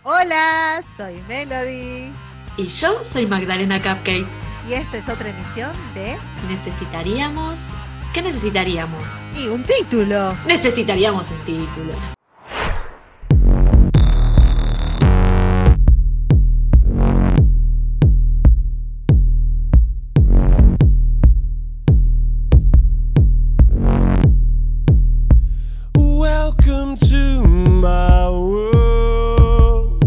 Hola, soy Melody Y yo soy Magdalena Cupcake. y esta es otra emisión de Necesitaríamos... ¿Qué necesitaríamos? Y un título. Necesitaríamos un título. Welcome to my world.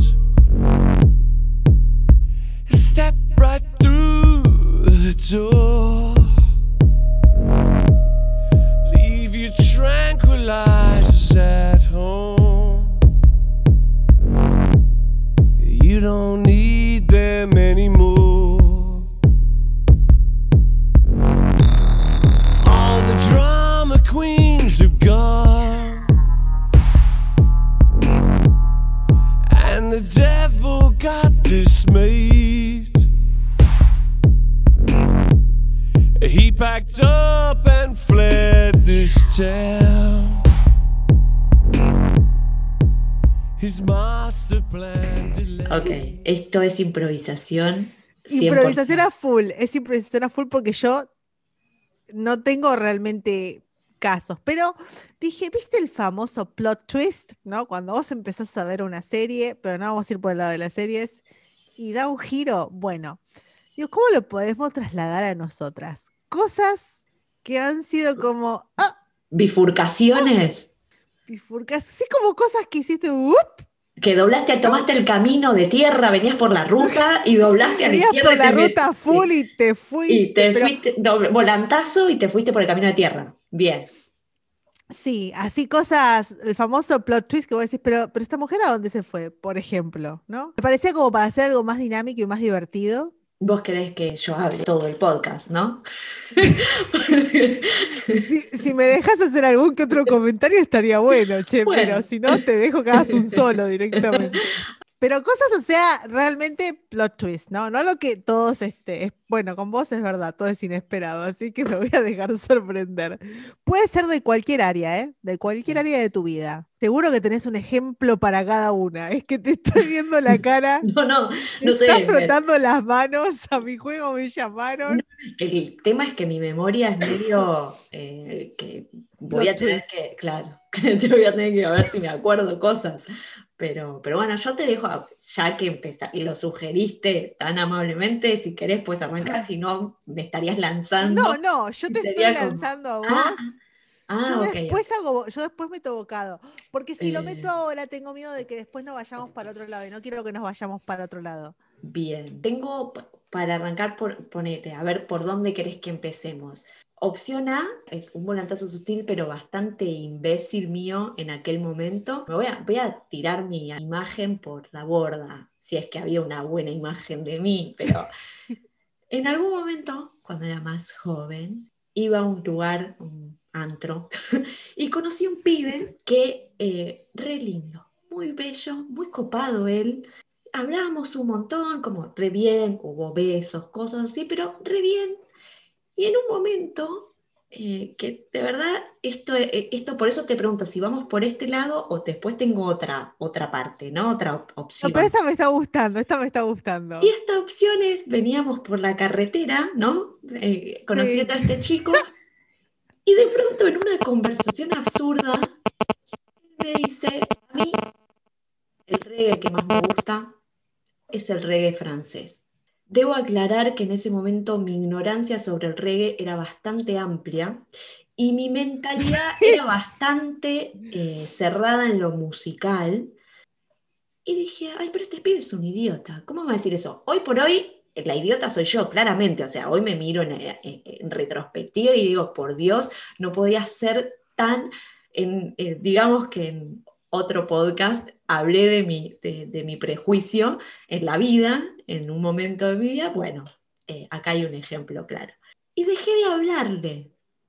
Step right through the door. Leave your tranquilizers at home. You don't need them anymore. All the drama queens are gone, and the devil got dismayed. He packed up and fled this town. His master plan delayed. Ok, esto es improvisación 100%. Improvisación a full. Es improvisación a full porque yo no tengo realmente casos. Pero dije, ¿viste el famoso plot twist? ¿No? Cuando vos empezás a ver una serie, pero no vamos a ir por el lado de las series, y da un giro. Bueno, digo, ¿cómo lo podemos trasladar a nosotras? Cosas que han sido como, Bifurcaciones. bifurcas, sí, como cosas que hiciste, Que doblaste, tomaste el camino de tierra, venías por la ruta y doblaste a la venías izquierda por y la te ruta full metiste. y te Y fuiste, te pero fuiste, volantazo y te fuiste por el camino de tierra. Bien. sí, así cosas, el famoso plot twist que vos decís, pero esta mujer ¿a dónde se fue? Por ejemplo, ¿no? Me parecía como para hacer algo más dinámico y más divertido. Vos querés que yo hable todo el podcast, ¿no? Si me dejas hacer algún que otro comentario estaría bueno, che, pero Bueno. si no, te dejo que hagas un solo directamente. Pero cosas, o sea, realmente plot twist, ¿no? No lo que todos, bueno, con vos es verdad, todo es inesperado, así que me voy a dejar sorprender. Puede ser de cualquier área, ¿eh? De cualquier área de tu vida. Seguro que tenés un ejemplo para cada una. Es que te estoy viendo la cara, No, no, te no estás sé. frotando las manos, a mi juego me No, llamaron. el tema es que mi memoria es medio que voy Plot a tener twist. que, claro, te voy a tener que ver si me acuerdo cosas. Pero bueno, yo te dejo, ya que y lo sugeriste tan amablemente, si querés puedes arrancar, si no me estarías lanzando. No, no, yo Y te estoy sería como, lanzando a ah, vos. ok, ok. Yo después meto bocado, porque si lo meto Eh, ahora tengo miedo de que después nos vayamos para otro lado y no quiero que nos vayamos para otro lado. Bien, tengo para arrancar ponete, a ver por dónde querés que empecemos. Opción A, un volantazo sutil pero bastante imbécil mío en aquel momento. Voy a tirar mi imagen por la borda, si es que había una buena imagen de mí, pero en algún momento, cuando era más joven, iba a un lugar, un antro, y conocí un pibe que, re lindo, muy bello, muy copado él. Hablábamos un montón, como re bien, hubo besos, cosas así, pero re bien. Y en un momento, que de verdad, esto por eso te pregunto si vamos por este lado o después tengo otra parte, ¿no? Otra No, pero opción. esta me está gustando, esta me está Y gustando. esta opción es, veníamos por la carretera, ¿no? Sí. Conociendo a este chico, y de pronto en una conversación absurda, me dice, a mí el reggae que más me gusta es el reggae francés. Debo aclarar que en ese momento mi ignorancia sobre el reggae era bastante amplia y mi mentalidad era bastante cerrada en lo musical. Y dije, ay, pero este pibe es un idiota. ¿Cómo me va a decir eso? Hoy por hoy, la idiota soy yo, claramente. O sea, hoy me miro en retrospectiva y digo, por Dios, no podía ser tan, digamos que en otro podcast hablé de mi prejuicio en la vida, en un momento de mi vida. Bueno, acá hay un ejemplo claro. Y dejé de hablarle.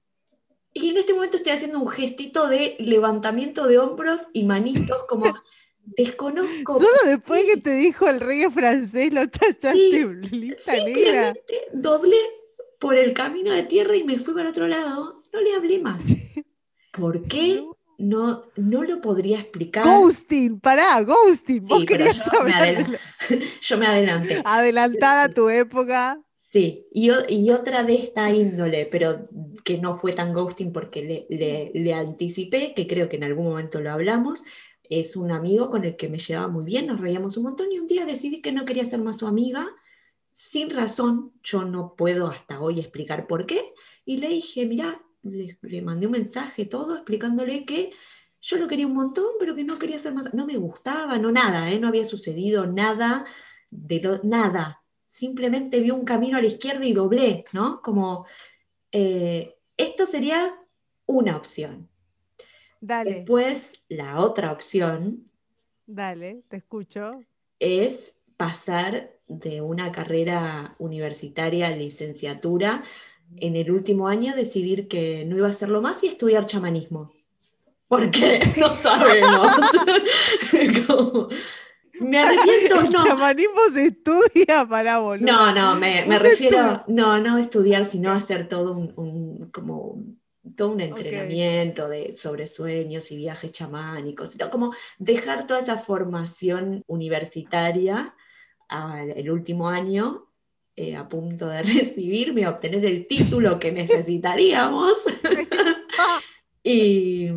Y en este momento estoy haciendo un gestito de levantamiento de hombros y manitos como desconozco Solo por después que qué. te dijo el rey francés lo tachaste Sí, lista negra. simplemente doblé por el camino de tierra y me fui para otro lado. No le hablé más. ¿Por qué? No. no lo podría explicar. Ghosting, pará, ghosting. Vos Sí, pero querías hablar yo me adelanté. adelantada a tu época. Sí, y otra de esta índole, pero que no fue tan ghosting porque le anticipé, que creo que en algún momento lo hablamos, es un amigo con el que me llevaba muy bien, nos reíamos un montón y un día decidí que no quería ser más su amiga, sin razón, yo no puedo hasta hoy explicar por qué, y le dije, mirá, le mandé un mensaje todo explicándole que yo lo quería un montón, pero que no quería ser más, no me gustaba, no nada, no había sucedido nada, nada, simplemente vi un camino a la izquierda y doblé, ¿no? Como, esto sería una opción. Dale, Después, la otra opción dale, te escucho. es pasar de una carrera universitaria a licenciatura, en el último año decidir que no iba a hacerlo más y estudiar chamanismo. Porque no sabemos. Como, ¿me arrepiento? El No. chamanismo se estudia para boluda. No, me Un refiero, estudio. no estudiar, sino Ok, hacer todo todo un ok. entrenamiento sobre sueños y viajes chamánicos, y todo, como dejar toda esa formación universitaria el último año, a punto de recibirme, a obtener el título que necesitaríamos. Ah, y,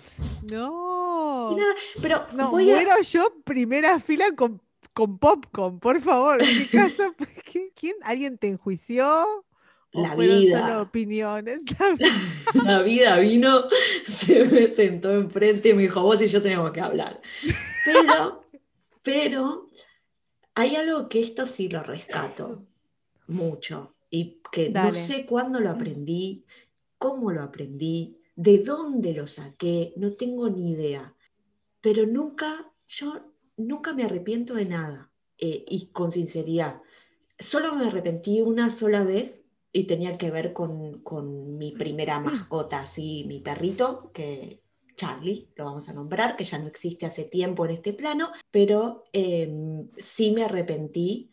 y no, nada, pero no, muero yo primera fila con popcorn, por favor. ¿Qué casa? ¿Quién? ¿Alguien te enjuició? ¿O la fueron solo vida. opiniones? La vida vino, se me sentó enfrente y me dijo, vos y yo tenemos que hablar. Pero, pero, hay algo que esto sí lo rescato mucho y que no Dale. sé cuándo lo aprendí, cómo lo aprendí, de dónde lo saqué, no tengo ni idea. Pero yo nunca me arrepiento de nada, y con sinceridad. Solo me arrepentí una sola vez y tenía que ver con mi primera mascota, así, mi perrito, que Charlie, lo vamos a nombrar, que ya no existe hace tiempo en este plano, pero sí me arrepentí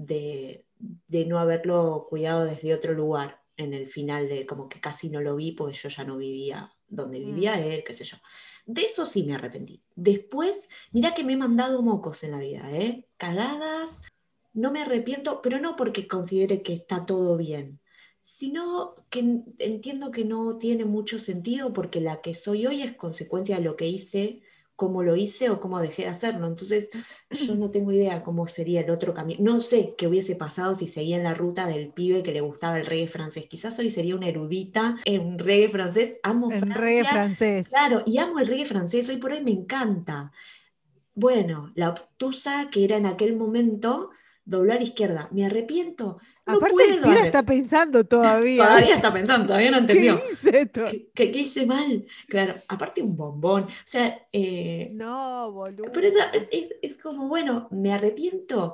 de no haberlo cuidado desde otro lugar en el final de como que casi no lo vi porque yo ya no vivía donde Mm. vivía él, qué sé yo. De eso sí me arrepentí. Después, mirá que me he mandado mocos en la vida, ¿eh? Cagadas, no me arrepiento, pero no porque considere que está todo bien, sino que entiendo que no tiene mucho sentido porque la que soy hoy es consecuencia de lo que hice, cómo lo hice o cómo dejé de hacerlo. Entonces, yo no tengo idea cómo sería el otro camino. No sé qué hubiese pasado si seguía en la ruta del pibe que le gustaba el reggae francés. Quizás hoy sería una erudita en reggae francés. Amo En reggae Francia, francés. claro, y amo el reggae francés. Hoy por hoy me encanta. Bueno, la obtusa que era en aquel momento, doblar izquierda. ¿Me arrepiento? No Aparte el puedo pibe está pensando todavía, Todavía ¿viste? está pensando, todavía no ¿Qué entendió. hice esto? ¿Qué hice mal? Claro, aparte un bombón. O sea, No, pero eso boluda. es como, bueno, ¿me arrepiento?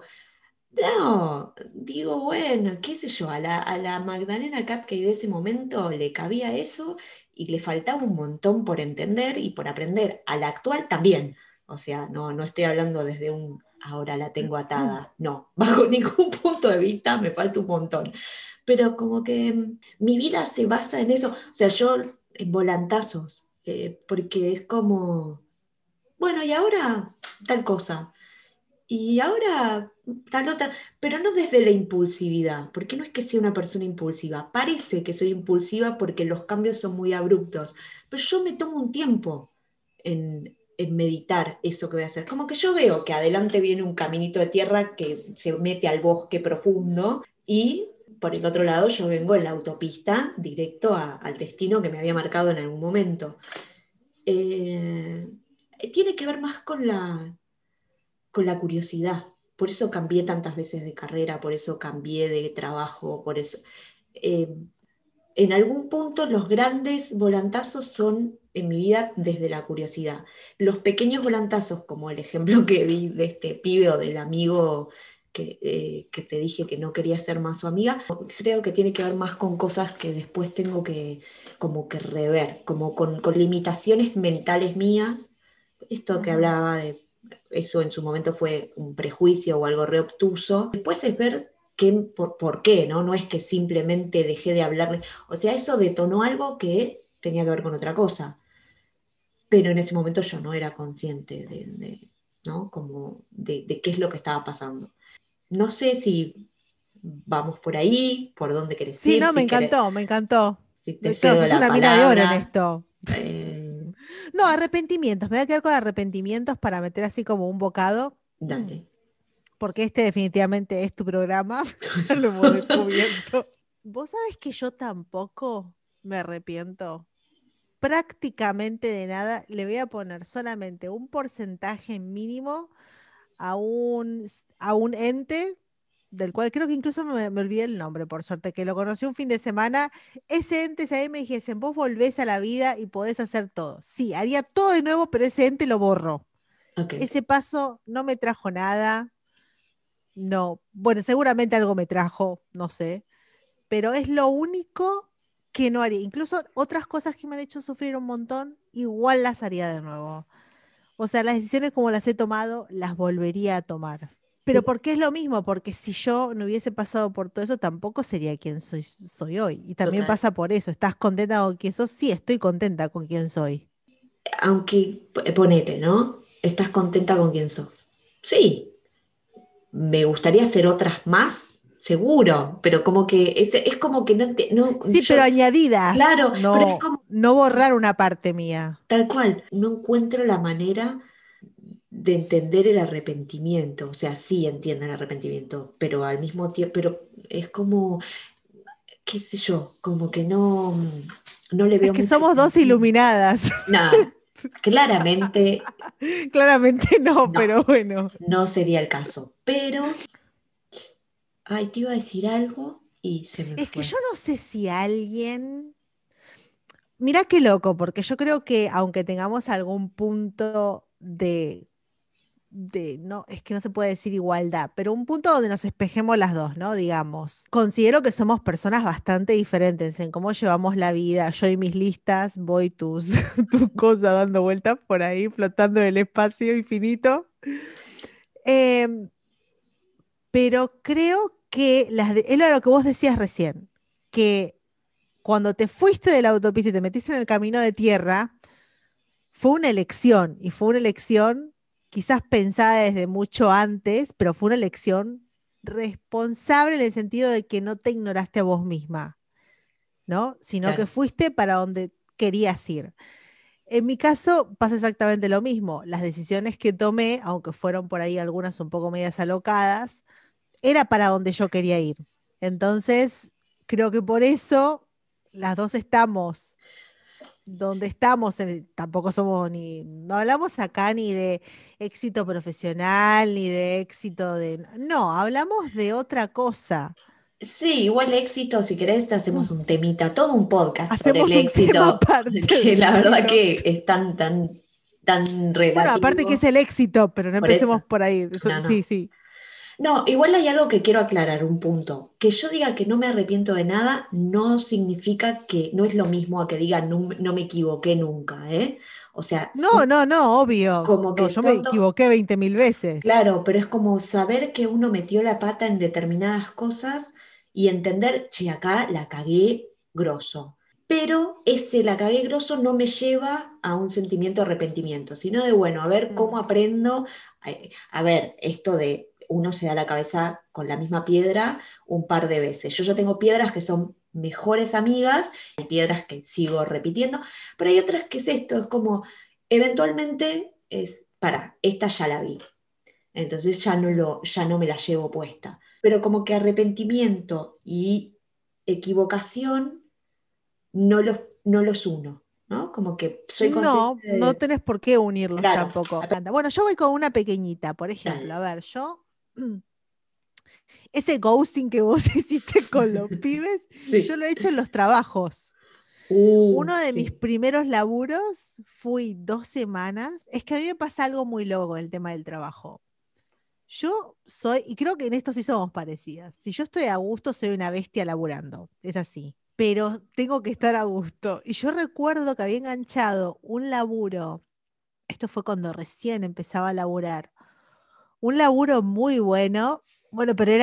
No, digo, bueno, qué sé yo, a la Magdalena Cupcake de ese momento le cabía eso y le faltaba un montón por entender y por aprender. A la actual también. O sea, no estoy hablando desde un ahora la tengo atada. No, bajo ningún punto de vista me falta un montón. Pero como que mi vida se basa en eso. O sea, yo en volantazos, porque es como, bueno, y ahora tal cosa. Y ahora tal otra, pero no desde la impulsividad, porque no es que sea una persona impulsiva, parece que soy impulsiva porque los cambios son muy abruptos, pero yo me tomo un tiempo en meditar eso que voy a hacer. Como que yo veo que adelante viene un caminito de tierra que se mete al bosque profundo y por el otro lado yo vengo en la autopista directo al destino que me había marcado en algún momento. Eh, Tiene que ver más con la curiosidad. Por eso cambié tantas veces de carrera, por eso cambié de trabajo, por eso. eh, en algún punto los grandes volantazos son en mi vida desde la curiosidad. Los pequeños volantazos, como el ejemplo que vi de este pibe o del amigo que te dije que no quería ser más su amiga, creo que tiene que ver más con cosas que después tengo que como que rever, como con limitaciones mentales mías. Esto que Ujú. hablaba de eso en su momento fue un prejuicio o algo re obtuso. Después es ver por qué, ¿no? No es que simplemente dejé de hablarle. O sea, eso detonó algo que tenía que ver con otra cosa. pero en ese momento yo no era consciente ¿no? Como de qué es lo que estaba pasando. No sé si vamos por ahí, por dónde querés Sí, ir, no, si querés, me encantó. si te Claro, cedo sos la una mina de oro en palabra. esto. eh, No, arrepentimientos. Me voy a quedar con arrepentimientos para meter así como un bocado. dale. Porque este definitivamente es tu programa. Ya lo hemos descubierto. Vos sabés que yo tampoco me arrepiento prácticamente de nada. Le voy a poner solamente un porcentaje mínimo a un ente del cual creo que incluso me olvidé el nombre, por suerte, que lo conocí un fin de semana. Ese ente, si a mí me dijesen, vos volvés a la vida y podés hacer todo. Sí, haría todo de nuevo, pero ese ente lo borro. Ok, Ese paso no me trajo nada. No, bueno, seguramente algo me trajo, no sé, pero es lo único que no haría. Incluso otras cosas que me han hecho sufrir un montón, igual las haría de nuevo. O sea, las decisiones como las he tomado, las volvería a tomar. Pero ¿por qué es lo mismo? Porque si yo no hubiese pasado por todo eso, tampoco sería quien soy hoy. Y también total. pasa por eso. ¿Estás contenta con quien sos? Sí, estoy contenta con quien soy. Aunque ponete, ¿no? ¿Estás contenta con quién sos? Sí, me gustaría hacer otras más, seguro, pero como que es como que no, Sí, yo, pero añadidas, claro, pero es no, como no borrar una parte mía. tal cual, no encuentro la manera de entender el arrepentimiento, o sea, sí entiendo el arrepentimiento, pero al mismo tiempo, pero es como, qué sé yo, como que no le Es veo que mucho somos dos sentido. iluminadas. Nada, claramente Claramente no, no, pero bueno. no sería el caso, pero, ay, te iba a decir algo y se me Es que fue. yo no sé si alguien. Mirá qué loco, porque yo creo que aunque tengamos algún punto no, es que no se puede decir igualdad, pero un punto donde nos espejemos las dos, ¿no? Digamos. Considero que somos personas bastante diferentes en cómo llevamos la vida. Yo y mis listas, voy tus, tus cosas dando vueltas por ahí, flotando en el espacio infinito. Em, pero creo que es lo que vos decías recién, que cuando te fuiste de la autopista y te metiste en el camino de tierra, fue una elección, y fue una elección quizás pensada desde mucho antes, pero fue una elección responsable en el sentido de que no te ignoraste a vos misma, ¿no? Sino que Claro, fuiste para donde querías ir. En mi caso pasa exactamente lo mismo. Las decisiones que tomé, aunque fueron por ahí algunas un poco medias alocadas, era para donde yo quería ir. Entonces, creo que por eso las dos estamos donde estamos, tampoco somos no hablamos acá ni de éxito profesional, ni de éxito no, hablamos de otra cosa. sí, igual éxito, si querés, Mm, hacemos un temita, todo un podcast sobre el Hacemos un tema éxito, aparte que del la verdad éxito. que es tan Bueno, aparte que es relativo. el éxito, pero no Por empecemos eso, por ahí. no, Sí, no. sí. No, igual hay algo que quiero aclarar, un punto. Que yo diga que no me arrepiento de nada no significa que no es lo mismo a que diga no me equivoqué nunca, ¿eh? O sea, No, no, no, obvio. como No, que yo me son dos. equivoqué 20.000 veces. Claro, pero es como saber que uno metió la pata en determinadas cosas y entender, che, acá la cagué grosso. Pero ese la cagué grosso no me lleva a un sentimiento de arrepentimiento, sino de, bueno, a ver cómo Mm, aprendo. A ver, esto de uno se da la cabeza con la misma piedra un par de veces. Yo ya tengo piedras que son mejores amigas, hay piedras que sigo repitiendo, pero hay otras que es esto, es como, eventualmente es, para, esta ya la vi, entonces mm. ya no me la llevo puesta. Pero como que arrepentimiento y equivocación no los uno, ¿no? Como que soy consciente No, no de, tenés por qué unirlos claro, tampoco. Anda, bueno, yo voy con una pequeñita, por ejemplo. A dale. ver, yo ese ghosting que vos hiciste con los pibes, yo Sí. lo he hecho en los trabajos. Uno de mis Sí. primeros laburos fui 2 semanas. Es que a mí me pasa algo muy loco en el tema del trabajo. Yo soy, y creo que en esto sí somos parecidas. Si yo estoy a gusto, soy una bestia laburando. Es así. Pero tengo que estar a gusto. Y yo recuerdo que había enganchado un laburo. Esto fue cuando recién empezaba a laburar. Un laburo muy bueno. Bueno, pero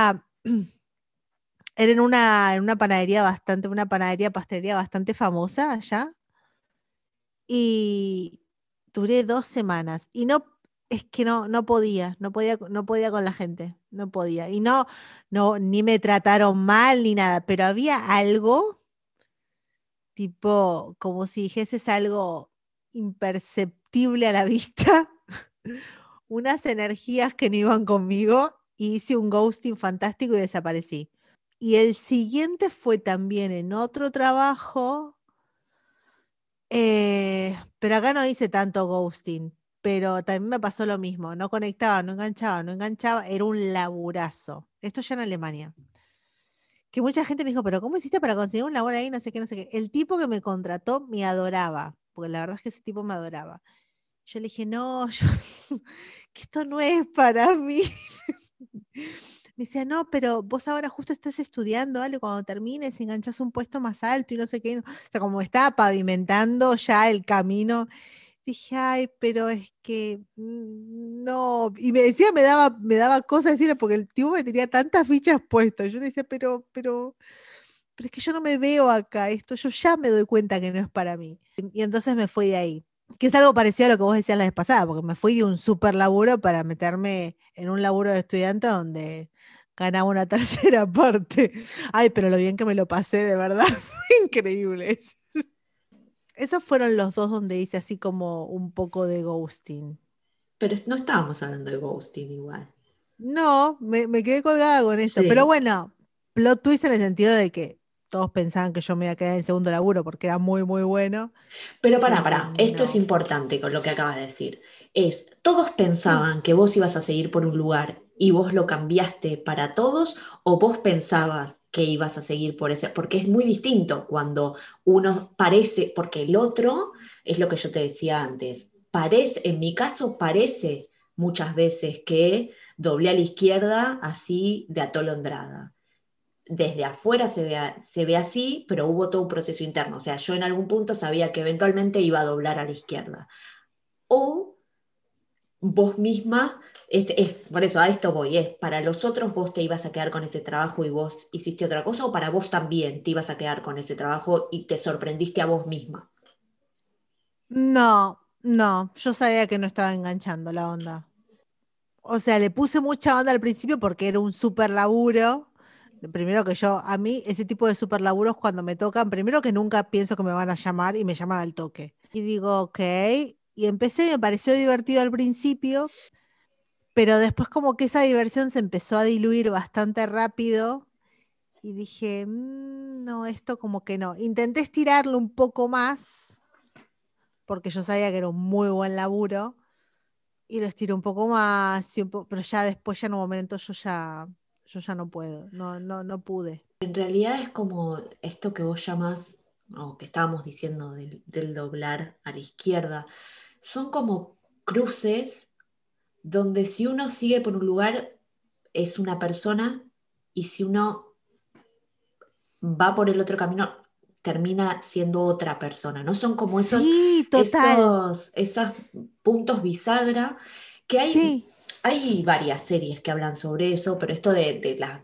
era en una panadería una panadería pastelería bastante famosa allá. duré 2 semanas y es que no podía con la gente, no podía. Y no, ni me trataron mal ni nada, pero había algo, tipo, como si dijeses algo imperceptible a la vista, unas energías que no iban conmigo, y hice un ghosting fantástico y desaparecí. Y el siguiente fue también en otro trabajo. Pero acá no hice tanto ghosting, pero también me pasó lo mismo, no conectaba, no enganchaba, no enganchaba, era un laburazo. Esto ya en Alemania. Que mucha gente me dijo, pero ¿cómo hiciste para conseguir un laburo ahí? No sé qué, no sé qué. El tipo que me contrató me adoraba, porque la verdad es que ese tipo me adoraba. Yo le dije, no, que esto no es para mí. Me decía, no, pero vos ahora justo estás estudiando, ¿vale? Cuando termines, enganchás un puesto más alto y no sé qué. O sea, como estaba pavimentando ya el camino, dije, ay, pero es que no. Y me decía, me daba cosas decirle, porque el tipo me tenía tantas fichas puestas. Yo decía, pero es que yo no me veo acá, esto yo ya me doy cuenta que no es para mí. Y entonces me fui de ahí. Que es algo parecido a lo que vos decías la vez pasada, porque me fui de un super laburo para meterme en un laburo de estudiante donde ganaba una tercera parte. Ay, pero lo bien que me lo pasé, de verdad, fue increíble. Esos fueron los dos donde hice así como un poco de ghosting. Pero no estábamos hablando de ghosting igual. No, me quedé colgada con eso. Pero Sí. bueno, plot twist en el sentido de que todos pensaban que yo me iba a quedar en segundo laburo porque era muy, muy bueno. Pero Yo pará, dije, pará, esto es no. importante con lo que acabas de decir. ¿Todos pensaban que vos ibas a seguir por un lugar y vos lo cambiaste para todos o vos pensabas que ibas a seguir por ese? Porque es muy distinto cuando uno parece, porque el otro, es lo que yo te decía antes, parece, en mi caso parece muchas veces que doblé a la izquierda así de atolondrada. Desde afuera se ve así, pero hubo todo un proceso interno. O sea, yo en algún punto sabía que eventualmente iba a doblar a la izquierda. O vos misma, por eso a esto voy, para los otros vos te ibas a quedar con ese trabajo y vos hiciste otra cosa, o para vos también te ibas a quedar con ese trabajo y te sorprendiste a vos misma. No, no, yo sabía que no estaba enganchando la onda. O sea, le puse mucha onda al principio porque era un super laburo. Primero que yo, a mí ese tipo de super laburos cuando me tocan, primero que nunca pienso que me van a llamar y me llaman al toque. Y digo, ok, y empecé, me pareció divertido al principio, pero después como que esa diversión se empezó a diluir bastante rápido y dije, no, esto como que no. Intenté estirarlo un poco más porque yo sabía que era un muy buen laburo. Y lo estiré un poco más, pero ya después, ya en un momento, yo ya no puedo, no pude. En realidad es como esto que vos llamás, o que estábamos diciendo del doblar a la izquierda, son como cruces donde si uno sigue por un lugar es una persona y si uno va por el otro camino termina siendo otra persona, ¿no? Son como Sí, total. esos puntos bisagra que Sí, hay varias series que hablan sobre eso, pero esto de las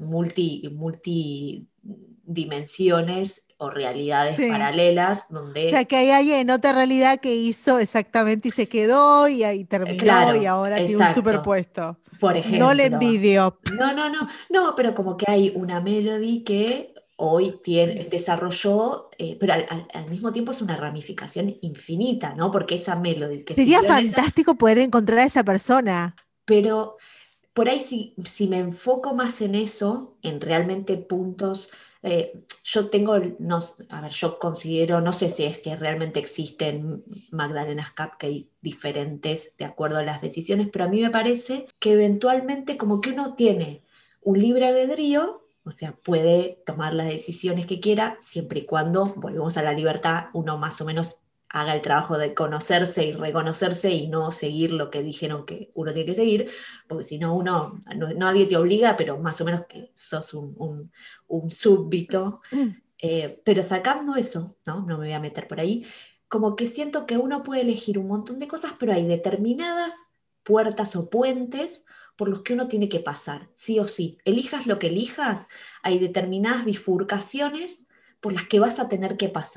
multidimensiones o realidades sí. paralelas, O sea, donde, que hay alguien en otra realidad que hizo exactamente y se quedó y ahí terminó y claro, ahora tiene un exacto. superpuesto. Por No le ejemplo, envidio. no, no, no, no, pero como que hay una melody que hoy desarrolló, pero al mismo tiempo es una ramificación infinita, ¿no? Porque esa melody que Sería siguió en esa, fantástico poder encontrar a esa persona. pero por ahí si me enfoco más en eso, en realmente puntos, yo tengo, no, a ver, yo considero, no sé si es que realmente existen Magdalenas Cupcake diferentes de acuerdo a las decisiones, pero a mí me parece que eventualmente como que uno tiene un libre albedrío, o sea, puede tomar las decisiones que quiera, siempre y cuando, volvemos a la libertad, uno más o menos haga el trabajo de conocerse y reconocerse y no seguir lo que dijeron que uno tiene que seguir, porque si no, nadie te obliga, pero más o menos que sos un súbdito. Pero sacando eso, ¿no? No me voy a meter por ahí, como que siento que uno puede elegir un montón de cosas, pero hay determinadas puertas o puentes por los que uno tiene que pasar, sí o sí. Elijas lo que elijas, hay determinadas bifurcaciones por las que vas a tener que pasar.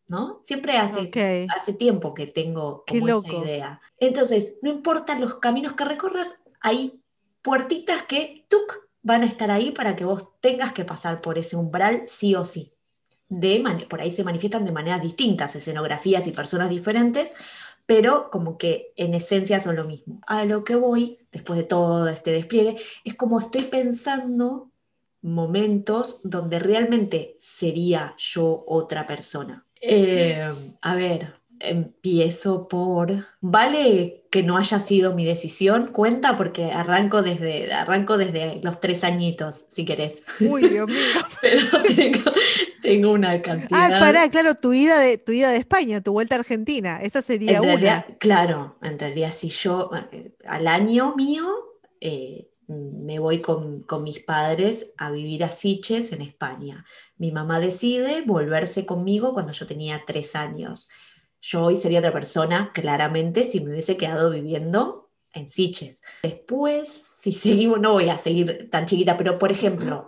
¿no? Siempre Ok, hace tiempo que tengo qué como esa loco. idea. Entonces, no importa los caminos que recorras, hay puertitas que ¡tuc! Van a estar ahí para que vos tengas que pasar por ese umbral sí o sí. Por ahí se manifiestan de maneras distintas, escenografías y personas diferentes, pero como que en esencia son lo mismo. A lo que voy, después de todo este despliegue, es como estoy pensando momentos donde realmente sería yo otra persona. A ver, empiezo por... Vale que no haya sido mi decisión, cuenta porque arranco desde los 3 añitos, si querés. Uy, Dios mío. Pero tengo una Ah, cantidad. pará, claro, tu ida de España, tu vuelta a Argentina, esa En sería realidad, una. claro, en realidad si yo al año mío me voy con mis padres a vivir a Sitges en España. Mi mamá decide volverse conmigo cuando yo tenía 3 años. Yo hoy sería otra persona, claramente, si me hubiese quedado viviendo en Sitges. Después, si seguimos, no voy a seguir tan chiquita, pero por ejemplo,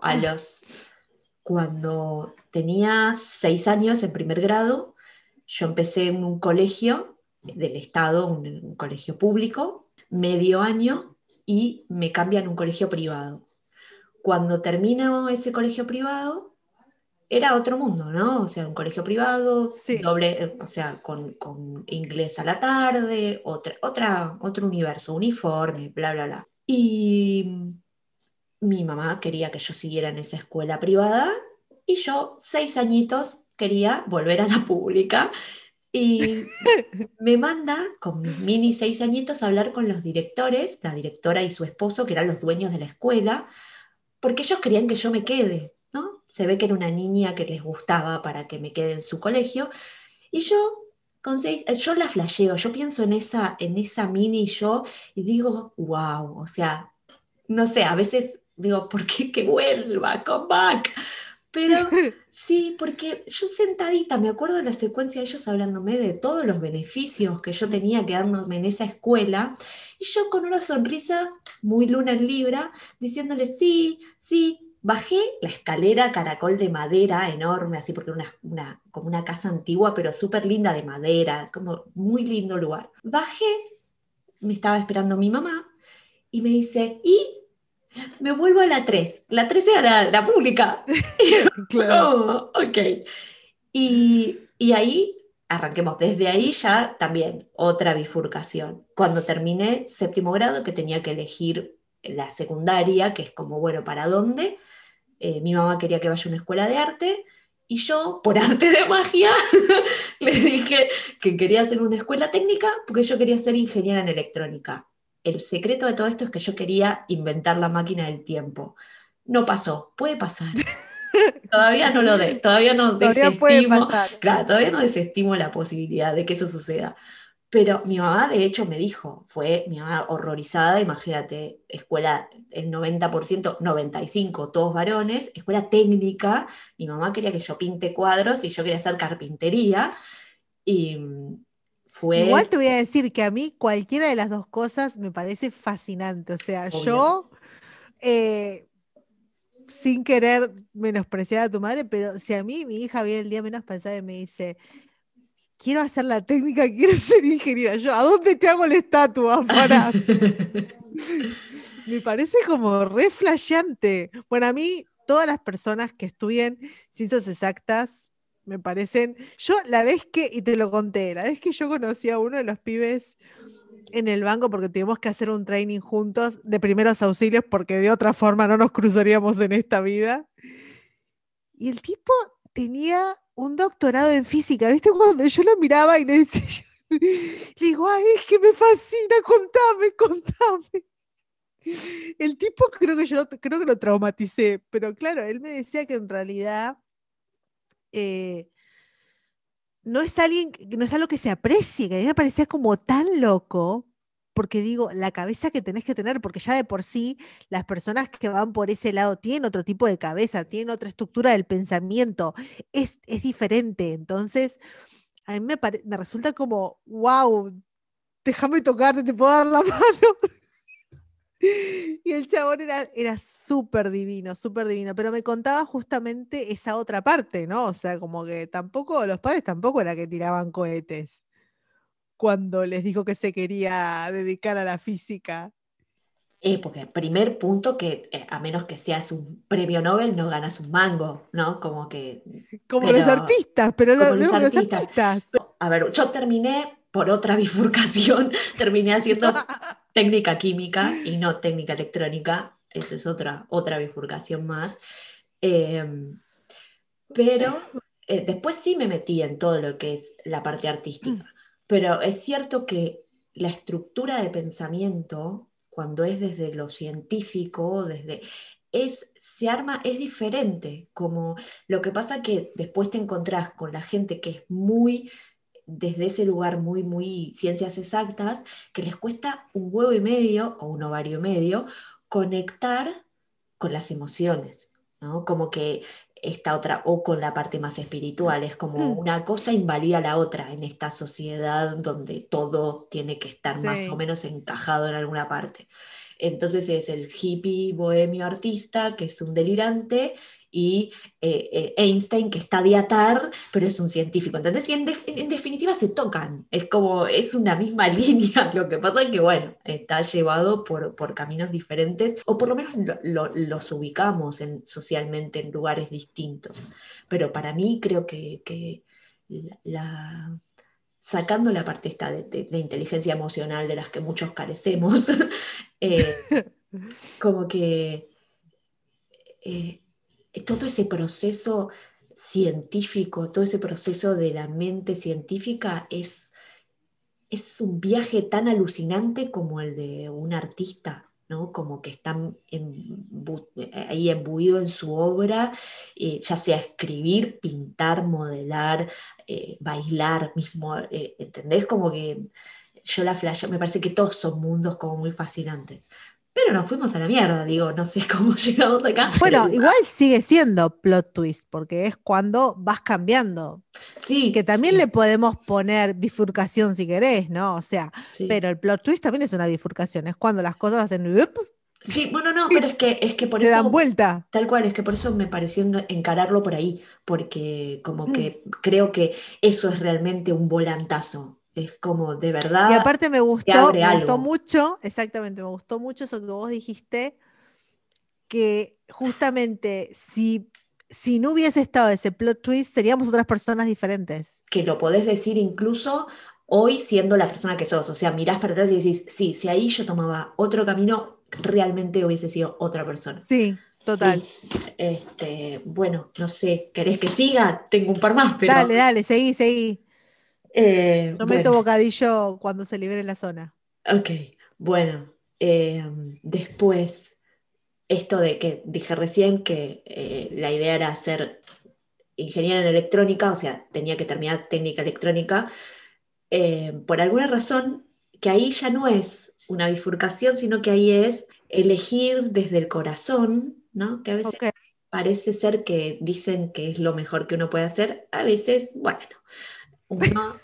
cuando tenía 6 años en primer grado, yo empecé en un colegio del Estado, un colegio público, medio año, y me cambian a un colegio privado. Cuando termino ese colegio privado, era otro mundo, ¿no? O sea, un colegio privado, Sí. doble, o sea, con inglés a la tarde, otro universo, uniforme, bla, bla, bla. Y mi mamá quería que yo siguiera en esa escuela privada y yo, 6 añitos, quería volver a la pública y me manda con mis mini 6 añitos a hablar con los directores, la directora y su esposo, que eran los dueños de la escuela, porque ellos querían que yo me quede, ¿no? Se ve que era una niña que les gustaba para que me quede en su colegio y yo... yo la flasheo, yo pienso en esa mini yo y digo, wow, o sea, no sé, a veces digo, ¿por qué que vuelva? Come back. Pero sí, porque yo sentadita, me acuerdo de la secuencia de ellos hablándome de todos los beneficios que yo tenía quedándome en esa escuela, y yo con una sonrisa muy luna en libra, diciéndole, sí, sí. Bajé la escalera caracol de madera enorme, así porque era como una casa antigua, pero súper linda de madera, como muy lindo lugar. Bajé, me estaba esperando mi mamá, y me dice, ¿y me vuelvo a la 3? La 3 era la pública. Claro. Oh, ok. Y ahí, arranquemos, desde ahí ya también otra bifurcación. Cuando terminé séptimo grado, que tenía que elegir la secundaria, que es como, bueno, ¿para dónde? Mi mamá quería que vaya a una escuela de arte. Y yo, por arte de magia, le dije que quería hacer una escuela técnica porque yo quería ser ingeniera en electrónica. El secreto de todo esto es que yo quería inventar la máquina del tiempo. No pasó, puede pasar. Todavía no todavía no Todavía puede desestimo, pasar. claro, todavía no desestimo la posibilidad de que eso suceda. Pero mi mamá, de hecho, me dijo, fue mi mamá horrorizada, imagínate, escuela, el 90%, 95%, todos varones, escuela técnica, mi mamá quería que yo pinte cuadros y yo quería hacer carpintería, y Igual fue te voy a decir que a mí cualquiera de las dos cosas me parece fascinante. O sea, obvio. yo, eh, sin querer menospreciar a tu madre, pero si a mí mi hija viene el día menos pensado y me dice, quiero hacer la técnica, quiero ser ingeniera, yo, ¿a dónde te hago la estatua para? Me parece como re flasheante. Bueno, a mí todas las personas que estudian ciencias exactas me parecen, yo la vez que, y te lo conté, la vez que yo conocí a uno de los pibes en el banco porque tuvimos que hacer un training juntos de primeros auxilios porque de otra forma no nos cruzaríamos en esta vida. Y el tipo tenía un doctorado en física, ¿viste? Cuando yo lo miraba y le decía, le digo, ay, es que me fascina, contame, contame. El tipo creo que lo traumaticé, pero claro, él me decía que en realidad eh, no es no es algo que se aprecie, que a mí me parecía como tan loco, porque digo, la cabeza que tenés que tener, porque ya de por sí las personas que van por ese lado tienen otro tipo de cabeza, tienen otra estructura del pensamiento, es diferente. Entonces, a mí me resulta como, wow, déjame tocarte, te puedo dar la mano. Y el chabón era súper divino, pero me contaba justamente esa otra parte, ¿no? O sea, como que los padres tampoco era que tiraban cohetes cuando les dijo que se quería dedicar a la física. Porque primer punto que a menos que seas un premio Nobel no ganas un mango, ¿no? Como que, Como los pero artistas, pero como los luego los artistas. artistas. A ver, yo terminé por otra bifurcación, terminé haciendo técnica química y no técnica electrónica, esa es otra bifurcación más. Eh, pero después sí me metí en todo lo que es la parte artística. Pero es cierto que la estructura de pensamiento, cuando es desde lo científico, se arma, es diferente. Como lo que pasa que después te encontrás con la gente que es muy, desde ese lugar, muy, muy ciencias exactas, que les cuesta un huevo y medio o un ovario y medio conectar con las emociones, ¿no? Como que esta otra, o con la parte más espiritual, es como una cosa invalida a la otra en esta sociedad donde todo tiene que estar más o Sí. menos encajado en alguna parte. Entonces es el hippie bohemio artista, que es un delirante, y Einstein, que está de atar, pero es un científico. ¿Entendés? Y en definitiva se tocan. Es como, es una misma línea. Lo que pasa es que, bueno, está llevado por caminos diferentes, o por lo menos los ubicamos socialmente en lugares distintos. Pero para mí creo que sacando la parte esta de la inteligencia emocional de las que muchos carecemos, eh, como que eh, todo ese proceso científico, todo ese proceso de la mente científica es un viaje tan alucinante como el de un artista, ¿no? Como que está ahí embuido en su obra, ya sea escribir, pintar, modelar, bailar mismo, ¿entendés? Como que yo la flash, me parece que todos son mundos como muy fascinantes. Pero nos fuimos a la mierda, digo, no sé cómo llegamos acá, pero Bueno, igual sigue siendo plot twist, porque es cuando vas cambiando. Que sí, también le sí, podemos poner bifurcación si querés, ¿no? O sea, sí. pero el plot twist también es una bifurcación, es cuando las cosas hacen ¡up! Sí, bueno, no, pero es que por Te dan eso, vuelta. tal cual, es que por eso me pareció encararlo por ahí, porque como que creo que eso es realmente un volantazo. Es como de Y verdad aparte te abre me gustó algo. mucho, exactamente, me gustó mucho eso que vos dijiste, que justamente si no hubiese estado ese plot twist, seríamos otras personas diferentes. Que lo podés decir incluso hoy siendo la persona que sos. O sea, mirás para atrás y decís, sí, si ahí yo tomaba otro camino, realmente hubiese sido otra persona. Sí, Sí, total. bueno, no sé, ¿querés que siga? Tengo un par más, pero Dale, dale, seguí, seguí. Yo meto bueno. bocadillo cuando se libere la zona. Ok, bueno, eh, después, esto de que dije recién que la idea era ser ingeniera en electrónica, o sea, tenía que terminar técnica electrónica, por alguna razón, que ahí ya no es una bifurcación, sino que ahí es elegir desde el corazón, ¿no? Que a veces Ok. parece ser que dicen que es lo mejor que uno puede hacer, a veces, bueno, uno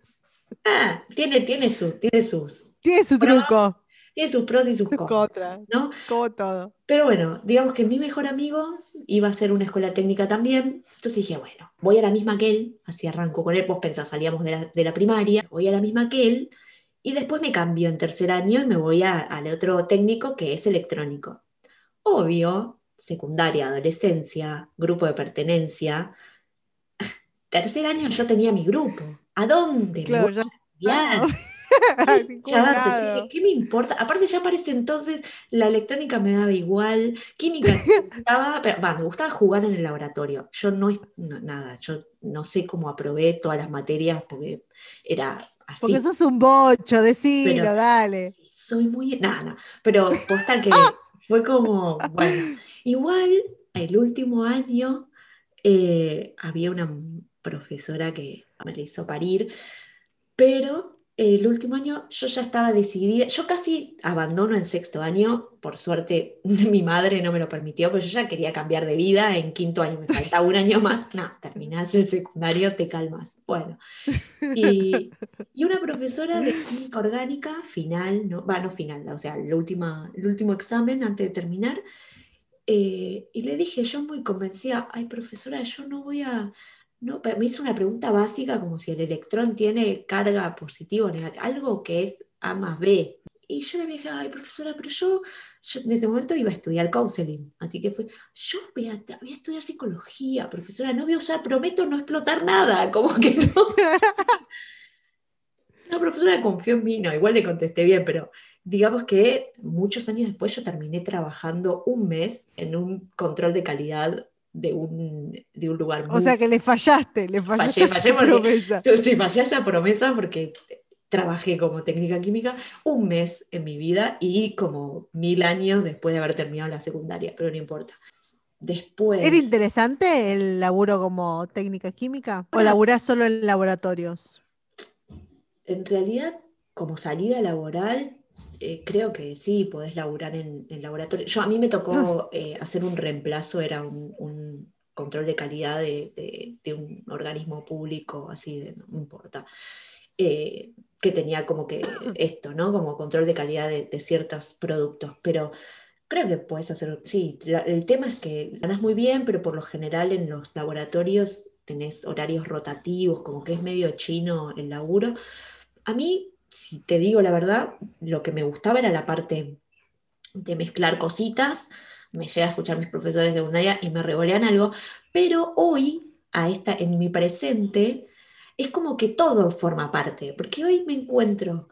tiene sus Tiene su pros, truco. tiene sus pros y sus Sus contras, contras. ¿no? Como todo. Pero bueno, digamos que mi mejor amigo iba a hacer una escuela técnica también, entonces dije, bueno, voy a la misma que él, así arranco con él, vos pensás, salíamos de la primaria, voy a la misma que él, y después me cambio en tercer año y me voy al otro técnico que es electrónico. Obvio, secundaria, adolescencia, grupo de pertenencia. Tercer año yo tenía mi grupo. ¿A dónde me voy Claro, ya a cambiar? está. A Ay, ningún chance, yo dije, lado. ¿qué me importa? Aparte ya para ese entonces la electrónica me daba igual, química no me gustaba, pero me gustaba jugar en el laboratorio. Yo nada, yo no sé cómo aprobé todas las materias porque era Porque así, sos un bocho, pero decilo, dale. sí, soy muy, nada, no, pero posta que fue como, bueno, igual el último año había una profesora que me la hizo parir, pero el último año yo ya estaba decidida, yo casi abandono en sexto año, por suerte mi madre no me lo permitió, pero yo ya quería cambiar de vida, en quinto año me faltaba un año más, no, terminás el secundario, te calmas. Bueno, y, y una profesora de química orgánica, final, no, va, no final, o sea, el último examen antes de terminar, y le dije, yo muy convencida, ay, profesora, yo no voy a... No, me hizo una pregunta básica como si el electrón tiene carga positiva o negativa, algo que es A más B. Y yo le dije, ay, profesora, pero yo en ese momento iba a estudiar counseling, así que fue, yo voy a estudiar psicología, profesora, no voy a usar, prometo no explotar nada, como que no. La profesora confió en mí, no, igual le contesté bien, pero digamos que muchos años después yo terminé trabajando un mes en un control de calidad de un lugar O sea muy... que le fallaste a Fallé su porque, promesa. sí, fallé esa promesa porque trabajé como técnica química un mes en mi vida y como 1000 años después de haber terminado la secundaria, pero no importa. ¿Era Después, interesante el laburo como técnica química? ¿O ahora, laburás solo en laboratorios? en realidad, como salida laboral, creo que sí, podés laburar en laboratorio. A mí me Ah, tocó hacer un reemplazo, era un control de calidad de un organismo público, así, no importa, que tenía como que esto, ¿no? Como control de calidad de ciertos productos, pero creo que puedes hacer, sí, el tema es que ganas muy bien, pero por lo general en los laboratorios tenés horarios rotativos, como que es medio chino el laburo. A mí, si te digo la verdad, lo que me gustaba era la parte de mezclar cositas. Me llega a escuchar mis profesores de secundaria y me revolean algo, pero hoy, en mi presente, es como que todo forma parte, porque hoy me encuentro,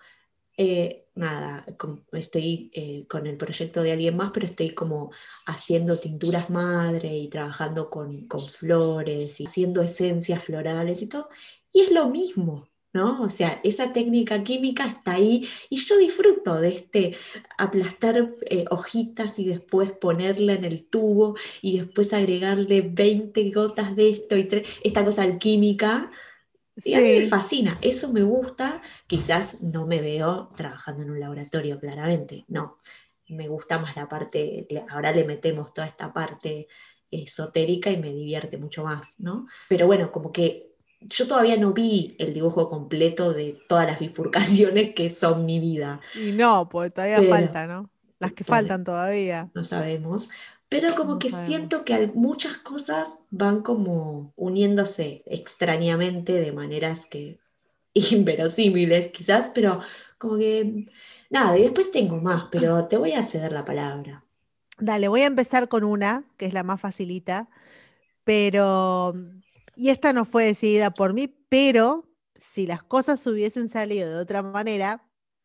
nada, estoy con el proyecto de alguien más, pero estoy como haciendo tinturas madre y trabajando con flores y haciendo esencias florales y todo, y es lo mismo. ¿No? O sea, esa técnica química está ahí y yo disfruto de aplastar hojitas y después ponerla en el tubo y después agregarle 20 gotas de esto y esta cosa alquímica y a mí me sí. fascina, eso me gusta, quizás no me veo trabajando en un laboratorio, claramente, no. Me gusta más la parte, ahora le metemos toda esta parte esotérica y me divierte mucho más, ¿no? Pero bueno, como que yo todavía no vi el dibujo completo de todas las bifurcaciones que son mi vida, Y no, porque todavía pero falta, ¿no? Las que pone, faltan todavía. no sabemos, pero como No que sabemos. siento que muchas cosas van como uniéndose extrañamente de maneras que inverosímiles quizás, pero como que nada, y después tengo más, pero te voy a ceder la palabra. Dale, voy a empezar con una, que es la más facilita, pero, y esta no fue decidida por mí, pero si las cosas hubiesen salido de otra manera,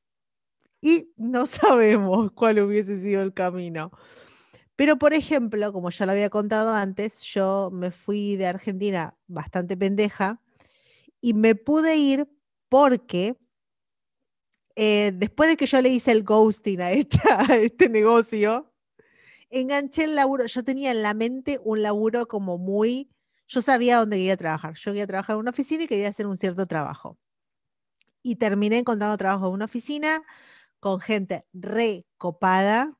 y no sabemos cuál hubiese sido el camino. Pero, por ejemplo, como ya lo había contado antes, yo me fui de Argentina bastante pendeja y me pude ir porque después de que yo le hice el ghosting a este negocio, enganché el laburo. Yo tenía en la mente un laburo como muy. Yo sabía dónde quería trabajar. Yo quería trabajar en una oficina y quería hacer un cierto trabajo. Y terminé encontrando trabajo en una oficina con gente re copada.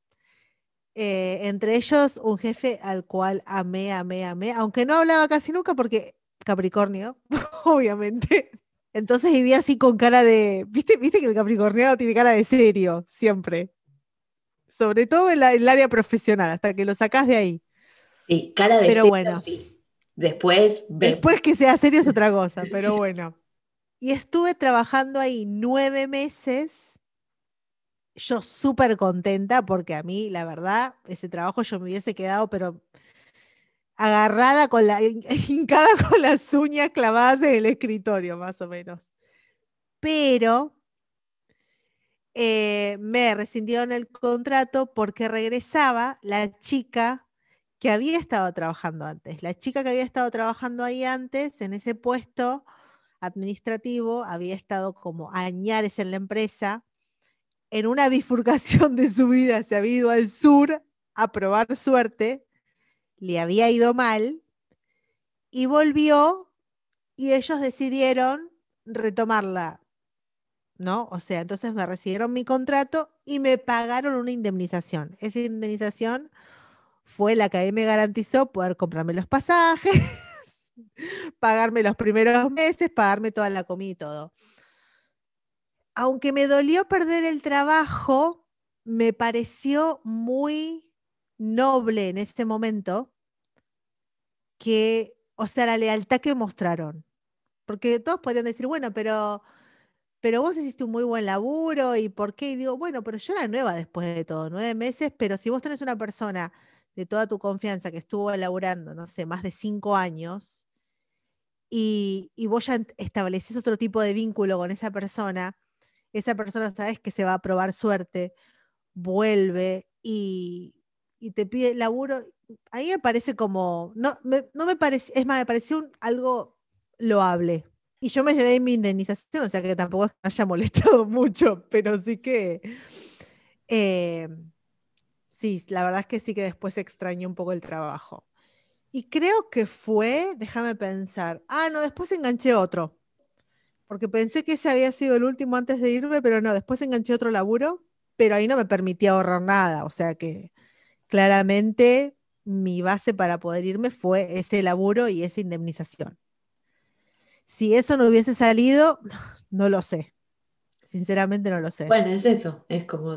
Entre ellos, un jefe al cual amé, amé, amé, aunque no hablaba casi nunca porque Capricornio, obviamente. Entonces vivía así con cara de, viste que el capricorniano tiene cara de serio, siempre. Sobre todo en el área profesional, hasta que lo sacás de ahí. Sí, cara de Pero serio, bueno, sí. Después vemos. después que sea serio es otra cosa, pero bueno. Y estuve trabajando ahí 9 meses, yo súper contenta porque a mí, la verdad, ese trabajo yo me hubiese quedado, pero agarrada con hincada con las uñas clavadas en el escritorio, más o menos. Pero me rescindieron el contrato porque regresaba la chica que había estado trabajando antes. La chica que había estado trabajando ahí antes, en ese puesto administrativo, había estado como añares en la empresa. En una bifurcación de su vida se había ido al sur a probar suerte, le había ido mal y volvió y ellos decidieron retomarla ¿no? O sea, entonces me recibieron mi contrato y me pagaron una indemnización. Esa indemnización fue la que a mí me garantizó poder comprarme los pasajes, pagarme los primeros meses, pagarme toda la comida y todo. Aunque me dolió perder el trabajo, me pareció muy noble en ese momento que, o sea, la lealtad que mostraron. Porque todos podrían decir, bueno, pero vos hiciste un muy buen laburo y por qué. Y digo, bueno, pero yo era nueva después de todo, 9 meses, pero si vos tenés una persona de toda tu confianza que estuvo laburando, no sé, más de 5 años, y vos ya estableces otro tipo de vínculo con esa persona sabes que se va a probar suerte, vuelve y te pide laburo. A mí me parece como, no me parece, es más, me pareció algo loable. Y yo me llevé mi indemnización, o sea que tampoco es que me haya molestado mucho, pero sí que, eh, sí, la verdad es que sí que después extrañé un poco el trabajo. Y creo que fue, déjame pensar, no, después enganché otro, porque pensé que ese había sido el último antes de irme, pero no, después enganché otro laburo, pero ahí no me permitía ahorrar nada, o sea que claramente mi base para poder irme fue ese laburo y esa indemnización. Si eso no hubiese salido, no lo sé, sinceramente no lo sé. Bueno, es eso, es como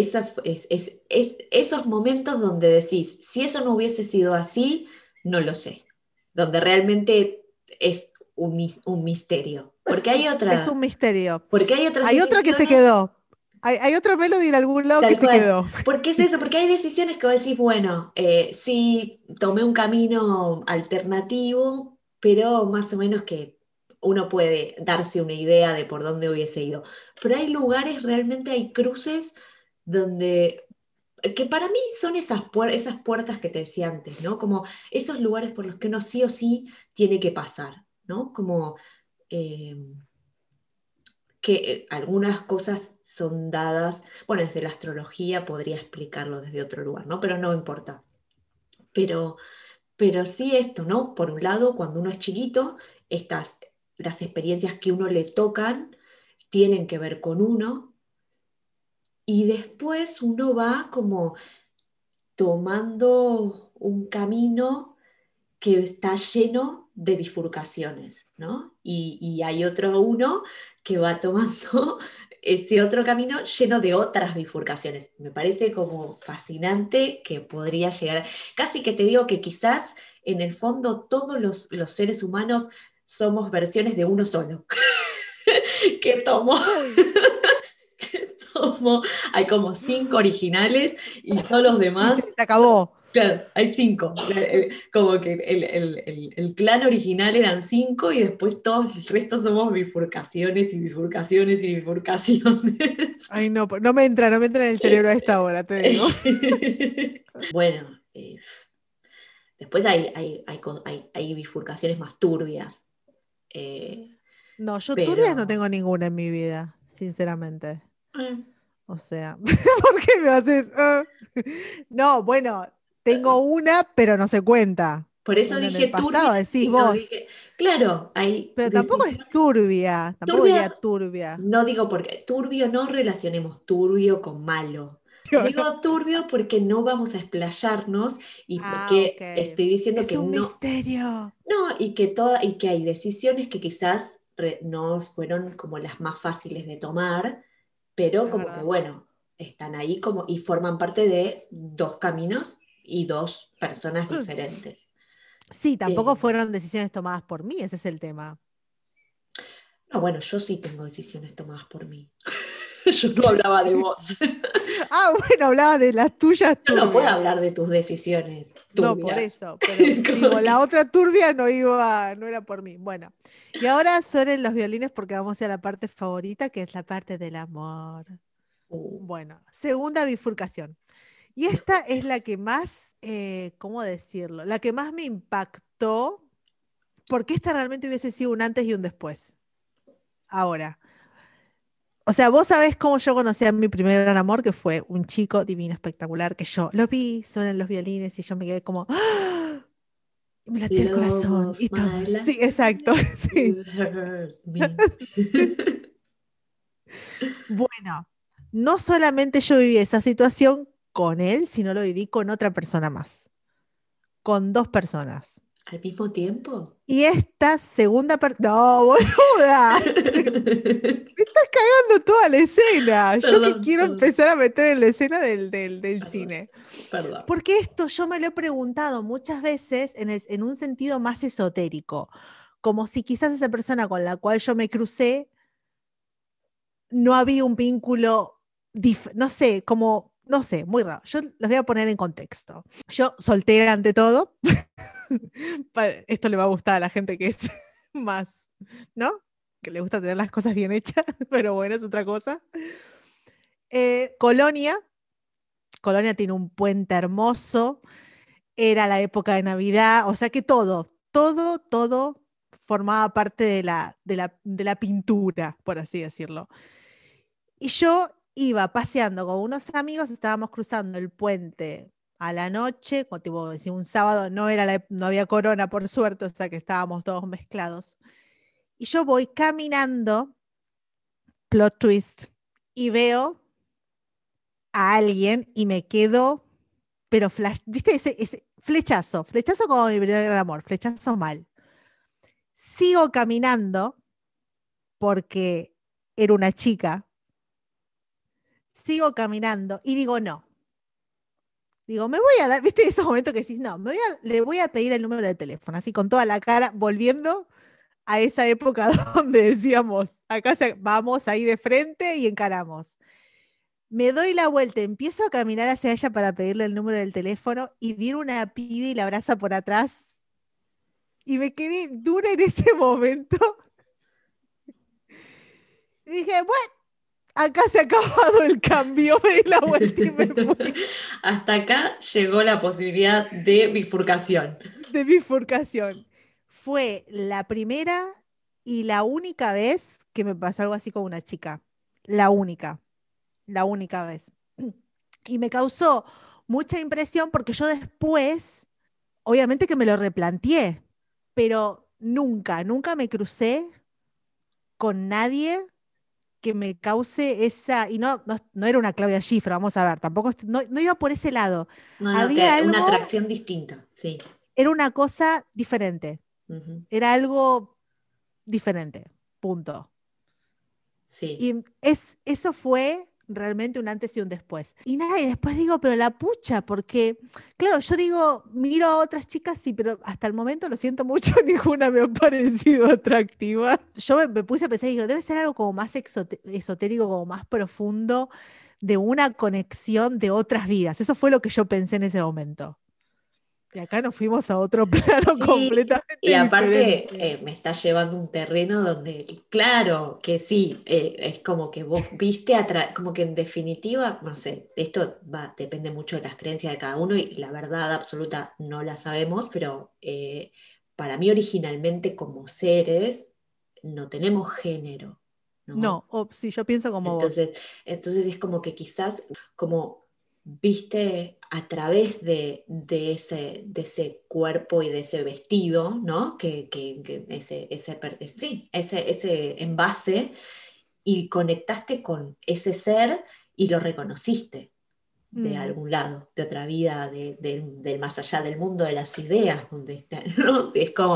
esos momentos donde decís, si eso no hubiese sido así, no lo sé, donde realmente es un misterio, Es un misterio. porque hay otras Hay otra que se decisiones, quedó. Hay otra Melody en algún lado que tal se cual. quedó. ¿Por qué es eso? Porque hay decisiones que vos decís, bueno, sí, tomé un camino alternativo, pero más o menos que uno puede darse una idea de por dónde hubiese ido. Pero hay lugares, realmente hay cruces donde, que para mí son esas puertas que te decía antes, ¿no? Como esos lugares por los que uno sí o sí tiene que pasar, ¿no? Como eh, que algunas cosas son dadas, bueno, desde la astrología podría explicarlo desde otro lugar, ¿no? Pero no importa. Pero, pero sí esto, ¿no? Por un lado, cuando uno es chiquito, las experiencias que uno le tocan tienen que ver con uno y después uno va como tomando un camino que está lleno de bifurcaciones, ¿no? Y hay otro uno que va tomando ese otro camino lleno de otras bifurcaciones. Me parece como fascinante que podría llegar, casi que te digo que quizás en el fondo todos los seres humanos somos versiones de uno solo, que tomó, Uy, que tomó, hay como 5 originales y todos los y demás. se acabó. Claro, hay 5. Como que el clan original eran 5 y después todos el resto somos bifurcaciones y bifurcaciones y bifurcaciones. Ay, no, no me entra en el cerebro a esta hora, te digo. Bueno, después hay bifurcaciones más turbias. eh, No, yo turbias no pero tengo ninguna en mi vida, sinceramente. eh, O sea, ¿por qué me haces? No, bueno, tengo una, pero no se cuenta. por eso Una en el dije turbia pasado, decís y no vos. dije, claro, hay Pero tampoco es decisiones turbia, tampoco diría turbias. turbia. No digo porque turbio, no relacionemos turbio con malo. Digo, no. Digo turbio porque no vamos a explayarnos y Ok. porque estoy diciendo Es que un no, misterio. no, y que hay decisiones que quizás no fueron como las más fáciles de tomar, pero Es como que verdad. bueno, están ahí como y forman parte de dos caminos y dos personas diferentes. Sí, tampoco Eh, fueron decisiones tomadas por mí, ese es el tema. no, bueno, yo sí tengo decisiones tomadas por mí. Yo no hablaba de vos. Bueno, hablaba de las tuyas Yo no puedo turbias. hablar de tus decisiones No, por turbias. eso, pero Como digo, la que- otra turbia no era por mí. Bueno, y ahora suenen los violines porque vamos a la parte favorita, que es la parte del amor. Uh, Bueno, segunda bifurcación. Y esta es la que más, ¿cómo decirlo? La que más me impactó, porque esta realmente hubiese sido un antes y un después. Ahora, o sea, vos sabés cómo yo conocí a mi primer gran amor, que fue un chico divino, espectacular, que yo lo vi, suenan los violines y yo me quedé como, ¡ah! Y me latía el Love corazón of y todo. my Sí, life, exacto. Sí. you hurt me. Bueno, no solamente yo viví esa situación con él, sino lo viví con otra persona más, con dos personas. ¿Al mismo tiempo? Y esta segunda persona... No, boluda, me estás cagando toda la escena. Yo que Perdón, quiero perdón, empezar a meter en la escena del perdón, cine. perdón. Porque esto yo me lo he preguntado muchas veces en un sentido más esotérico, como si quizás esa persona con la cual yo me crucé no había un vínculo, no sé, como, no sé, muy raro. Yo los voy a poner en contexto. Yo soltera ante todo, esto le va a gustar a la gente que es más, ¿no? Que le gusta tener las cosas bien hechas, pero bueno, es otra cosa. Colonia, Colonia tiene un puente hermoso, era la época de Navidad, o sea que todo formaba parte de la pintura, por así decirlo. Y yo iba paseando con unos amigos, estábamos cruzando el puente a la noche, como tipo, decía, un sábado, no había corona por suerte, o sea que estábamos todos mezclados. Y yo voy caminando, plot twist, y veo a alguien y me quedo, pero flash, ¿viste? Ese flechazo como mi primer amor, flechazo mal. Sigo caminando porque era una chica, sigo caminando y digo no. Digo, me voy a dar, ¿viste esos momentos que decís, no, le voy a pedir el número de teléfono, así con toda la cara, volviendo a esa época donde decíamos, acá vamos ahí de frente y encaramos. Me doy la vuelta, empiezo a caminar hacia ella para pedirle el número del teléfono y viene una pibe y la abraza por atrás y me quedé dura en ese momento. Y dije, bueno, acá se ha acabado el cambio, me di la vuelta y me fui Hasta acá llegó la posibilidad de bifurcación. de bifurcación. Fue la primera y la única vez que me pasó algo así con una chica. La la única vez. Y me causó mucha impresión porque yo después, obviamente que me lo replanteé, pero nunca me crucé con nadie que me cause esa, y no era una Claudia Schiffer, vamos a ver, tampoco, no iba por ese lado. No, no, Había una algo, atracción distinta, sí. era una cosa diferente, Ujú, era algo diferente, punto. sí. Y eso fue realmente un antes y un después. Y nada, y después digo, pero la pucha, porque, claro, yo digo, miro a otras chicas, sí, pero hasta el momento lo siento mucho, ninguna me ha parecido atractiva. Yo me puse a pensar y digo, debe ser algo como más esotérico, como más profundo, de una conexión de otras vidas. Eso fue lo que yo pensé en ese momento. Y acá nos fuimos a otro plano Sí, y completamente aparte diferente. me está llevando a un terreno donde, claro, que sí, es como que vos viste, como que en definitiva, no sé, esto depende mucho de las creencias de cada uno y la verdad absoluta no la sabemos, pero para mí originalmente como seres no tenemos género, ¿no? No, sí, yo pienso como vos. Entonces es como que quizás como viste a través de ese cuerpo y de ese vestido, ¿no? Que sí, ese envase y conectaste con ese ser y lo reconociste de Mm, algún lado, de otra vida, del más allá del mundo de las ideas, donde está, ¿no? Es como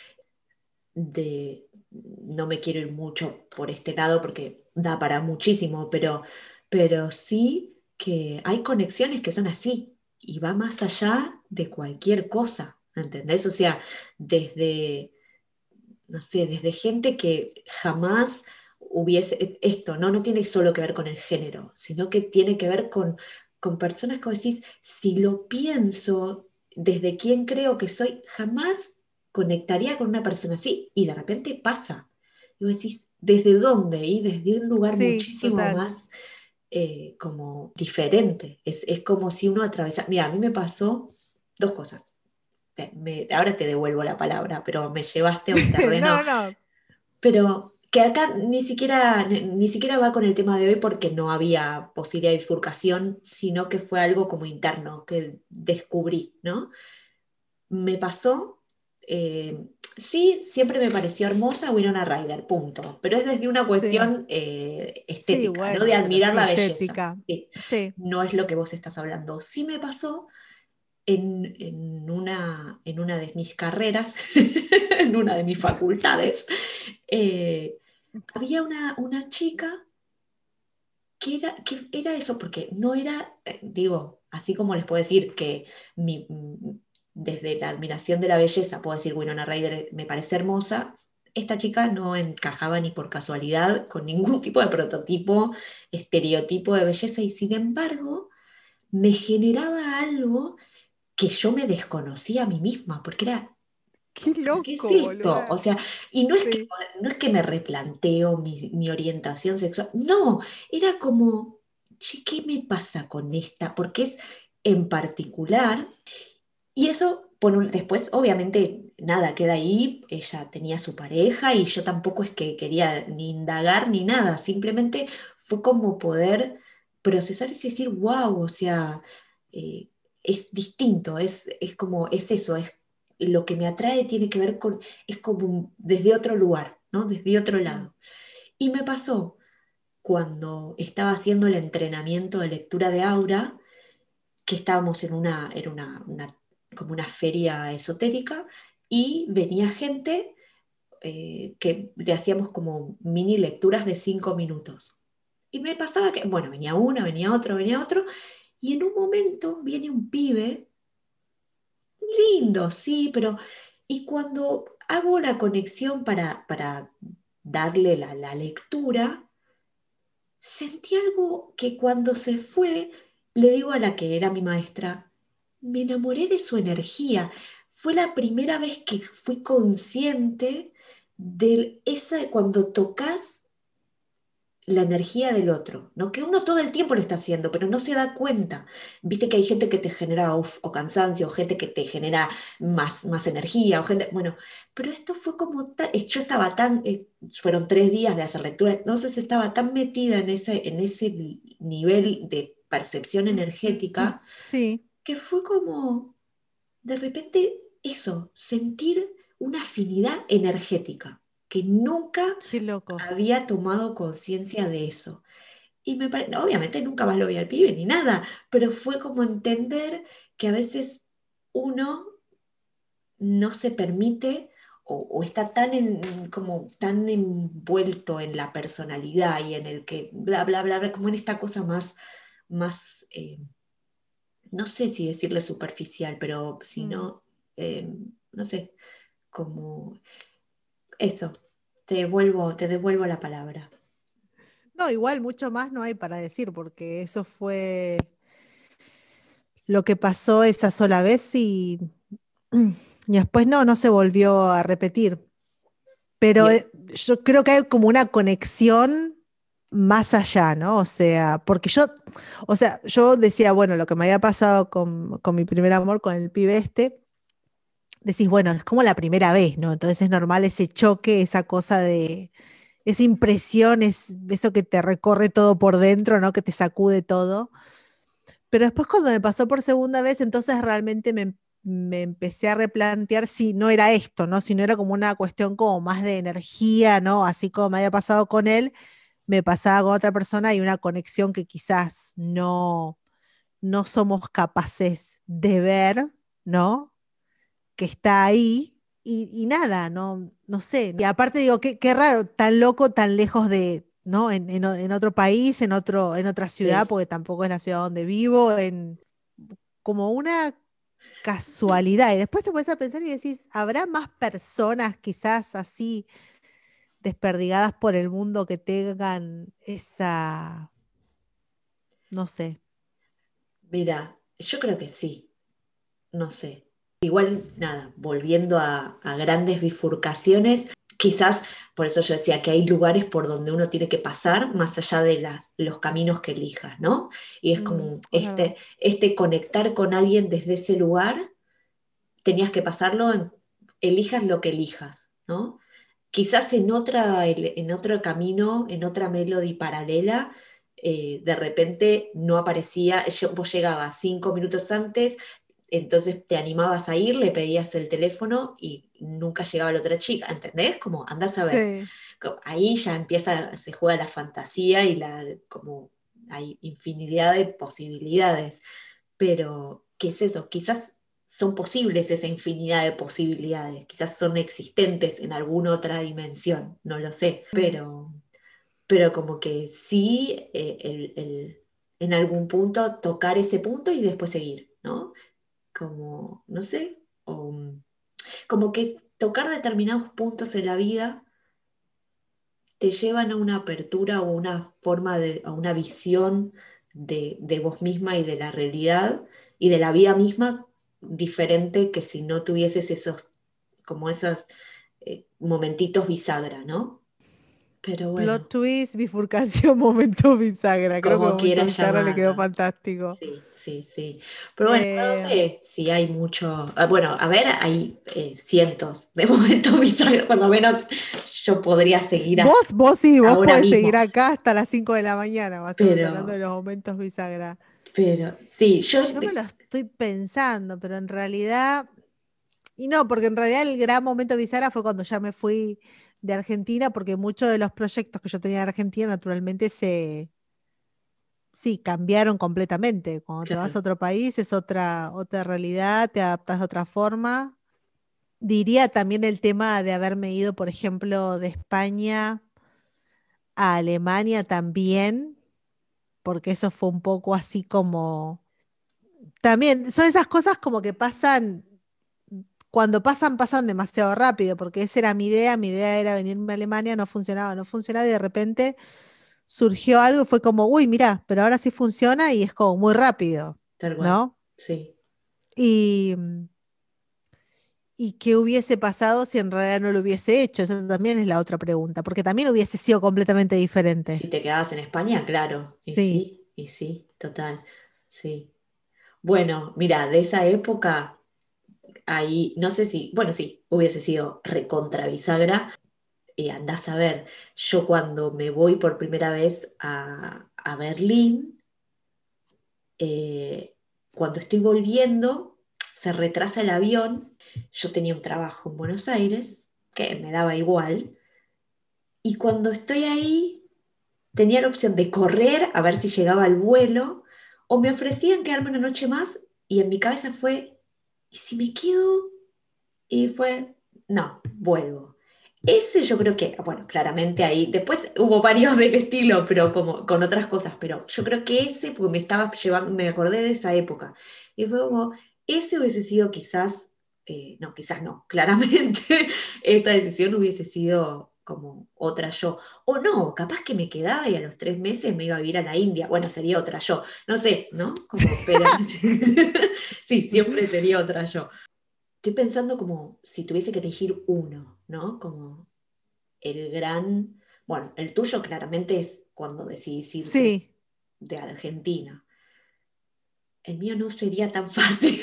no me quiero ir mucho por este lado porque da para muchísimo, pero sí que hay conexiones que son así y va más allá de cualquier cosa, ¿entendés? O sea, desde, no sé, desde gente que jamás hubiese, esto, ¿no? No tiene solo que ver con el género, sino que tiene que ver con personas que vos decís, si lo pienso, desde quién creo que soy, jamás conectaría con una persona así y de repente pasa. Y vos decís, ¿desde dónde? Y desde un lugar sí, muchísimo total. más como diferente. Es como si uno atravesara, mira, a mí me pasó dos cosas. Ahora te devuelvo la palabra, pero me llevaste a un terreno, No, no. pero que acá ni siquiera va con el tema de hoy porque no había posibilidad de bifurcación, sino que fue algo como interno que descubrí, ¿no? Me pasó, Sí, siempre me pareció hermosa Winona Ryder, punto. Pero es desde una Sí, cuestión sí, estética, ¿no? De bueno, pero admirar sí, la belleza. estética. Sí. No es lo que vos estás hablando. Sí me pasó en una de mis carreras, en una de mis facultades, eh, había una chica que era eso, porque no era, digo, así como les puedo decir que desde la admiración de la belleza puedo decir, Winona Ryder me parece hermosa, esta chica no encajaba ni por casualidad con ningún tipo de prototipo, estereotipo de belleza, y sin embargo me generaba algo que yo me desconocía a mí misma, porque era, Qué o sea, ¿qué es loco, esto? O boluda. sea, y no es que, Sí. no es que me replanteo mi orientación sexual, no, era como, che, ¿qué me pasa con esta? Porque es en particular, y eso, después, obviamente, nada, queda ahí, ella tenía su pareja y yo tampoco es que quería ni indagar ni nada, simplemente fue como poder procesar y decir, wow, o sea, eh, es distinto, es como, es eso, es lo que me atrae tiene que ver con, es como desde otro lugar, ¿no? Desde otro Mm. lado. Y me pasó cuando estaba haciendo el entrenamiento de lectura de aura, que estábamos como una feria esotérica y venía gente que le hacíamos como mini lecturas de 5 minutos. Y me pasaba que, bueno, venía otro, y en un momento viene un pibe, lindo, sí, pero, y cuando hago la conexión para darle la lectura, sentí algo que cuando se fue, le digo a la que era mi maestra, me enamoré de su energía. Fue la primera vez que fui consciente de esa, cuando tocas la energía del otro, ¿no? Que uno todo el tiempo lo está haciendo, pero no se da cuenta. Viste que hay gente que te genera o cansancio, o gente que te genera más energía, o gente, bueno, pero esto fue como tal, yo estaba tan, fueron 3 días de hacer lectura, entonces estaba tan metida en ese nivel de percepción energética, Sí, que fue como, de repente, eso, sentir una afinidad energética, que nunca qué loco. había tomado conciencia de eso. Y no, obviamente nunca más lo vi al pibe ni nada, pero fue como entender que a veces uno no se permite o está como tan envuelto en la personalidad y en el que bla, bla, bla, bla, como en esta cosa más, no sé si decirle superficial, pero si Mm. no, no sé, como eso, te devuelvo la palabra. No, igual mucho más no hay para decir, porque eso fue lo que pasó esa sola vez y, y después no se volvió a repetir. Pero Bien, yo creo que hay como una conexión más allá, ¿no? O sea, porque yo decía, bueno, lo que me había pasado con mi primer amor, con el pibe este, decís, bueno, es como la primera vez, ¿no? Entonces es normal ese choque, esa cosa de, esa impresión, eso que te recorre todo por dentro, ¿no? Que te sacude todo. Pero después cuando me pasó por segunda vez, entonces realmente me empecé a replantear si no era esto, ¿no? Si no era como una cuestión como más de energía, ¿no? Así como me había pasado con él, me pasaba con otra persona y una conexión que quizás no somos capaces de ver, ¿no? Que está ahí y nada, no sé. Y aparte digo, qué raro, tan loco, tan lejos de, ¿no? En otro país, en otra ciudad, sí. porque tampoco es la ciudad donde vivo, como una casualidad. Y después te pones a pensar y decís, ¿habrá más personas quizás así desperdigadas por el mundo que tengan esa, no sé? Mira, yo creo que sí, no sé. Igual, nada, volviendo a grandes bifurcaciones, quizás por eso yo decía que hay lugares por donde uno tiene que pasar más allá de los caminos que elijas, ¿no? Y es como Es verdad. este conectar con alguien desde ese lugar, tenías que pasarlo, elijas lo que elijas, ¿no? Quizás en otro camino, en otra melody paralela, de repente no aparecía, vos llegabas 5 minutos antes, entonces te animabas a ir, le pedías el teléfono y nunca llegaba la otra chica, ¿entendés? Como andás a ver. Sí. Ahí ya empieza, se juega la fantasía y como hay infinidad de posibilidades. Pero, ¿qué es eso? Quizás son posibles esa infinidad de posibilidades, quizás son existentes en alguna otra dimensión, no lo sé, pero como que sí, en algún punto tocar ese punto y después seguir, ¿no? Como, no sé, como que tocar determinados puntos en la vida te llevan a una apertura o una forma a una visión de vos misma y de la realidad y de la vida misma diferente que si no tuvieses como esos momentitos bisagra, ¿no? Pero Plot bueno, twist, bifurcación, momento bisagra. Creo que como momento quieras bisagra le quedó llamarlo. fantástico. Sí, sí, sí. Pero bueno, no Eh, sé si hay mucho. Bueno, a ver, hay cientos de momentos bisagra, por lo menos yo podría seguir vos sí, vos ahora podés mismo. seguir acá hasta las 5 de la mañana, más o menos, hablando de Pero, los momentos bisagra. pero, sí, Yo me lo estoy pensando, pero en realidad, y no, porque en realidad el gran momento bisagra fue cuando ya me fui de Argentina, porque muchos de los proyectos que yo tenía en Argentina naturalmente sí, cambiaron completamente. Cuando te vas claro, a otro país es otra realidad, te adaptas de otra forma. Diría también el tema de haberme ido, por ejemplo, de España a Alemania también, porque eso fue un poco así como. También son esas cosas como que pasan, cuando pasan, pasan demasiado rápido, porque esa era mi idea era venirme a Alemania, no funcionaba, no funcionaba, y de repente surgió algo y fue como, uy, mirá, pero ahora sí funciona y es como muy rápido, tal cual, ¿no? sí. Y, ¿y qué hubiese pasado si en realidad no lo hubiese hecho? Esa también es la otra pregunta, porque también hubiese sido completamente diferente. Si te quedabas en España, claro, Sí, y sí, total, sí. Bueno, mira, de esa época, ahí, no sé si, bueno, sí, hubiese sido recontra bisagra, andás a ver, yo cuando me voy por primera vez a Berlín, cuando estoy volviendo, se retrasa el avión, yo tenía un trabajo en Buenos Aires, que me daba igual, y cuando estoy ahí, tenía la opción de correr a ver si llegaba al vuelo, o me ofrecían quedarme una noche más, y en mi cabeza fue, ¿y si me quedo? Y fue, no, vuelvo. Ese yo creo que, bueno, claramente ahí, después hubo varios del estilo, pero como con otras cosas, pero yo creo que ese, porque me estaba llevando, me acordé de esa época, y fue como, ese hubiese sido quizás, no, quizás no, claramente esa decisión hubiese sido como otra yo, o no, capaz que me quedaba y a los 3 meses me iba a vivir a la India, bueno, sería otra yo, no sé, ¿no? Como, pero sí, siempre sería otra yo. Estoy pensando como si tuviese que elegir uno, ¿no? Como el gran, bueno, el tuyo claramente es cuando decidís irte sí, de Argentina. El mío no sería tan fácil.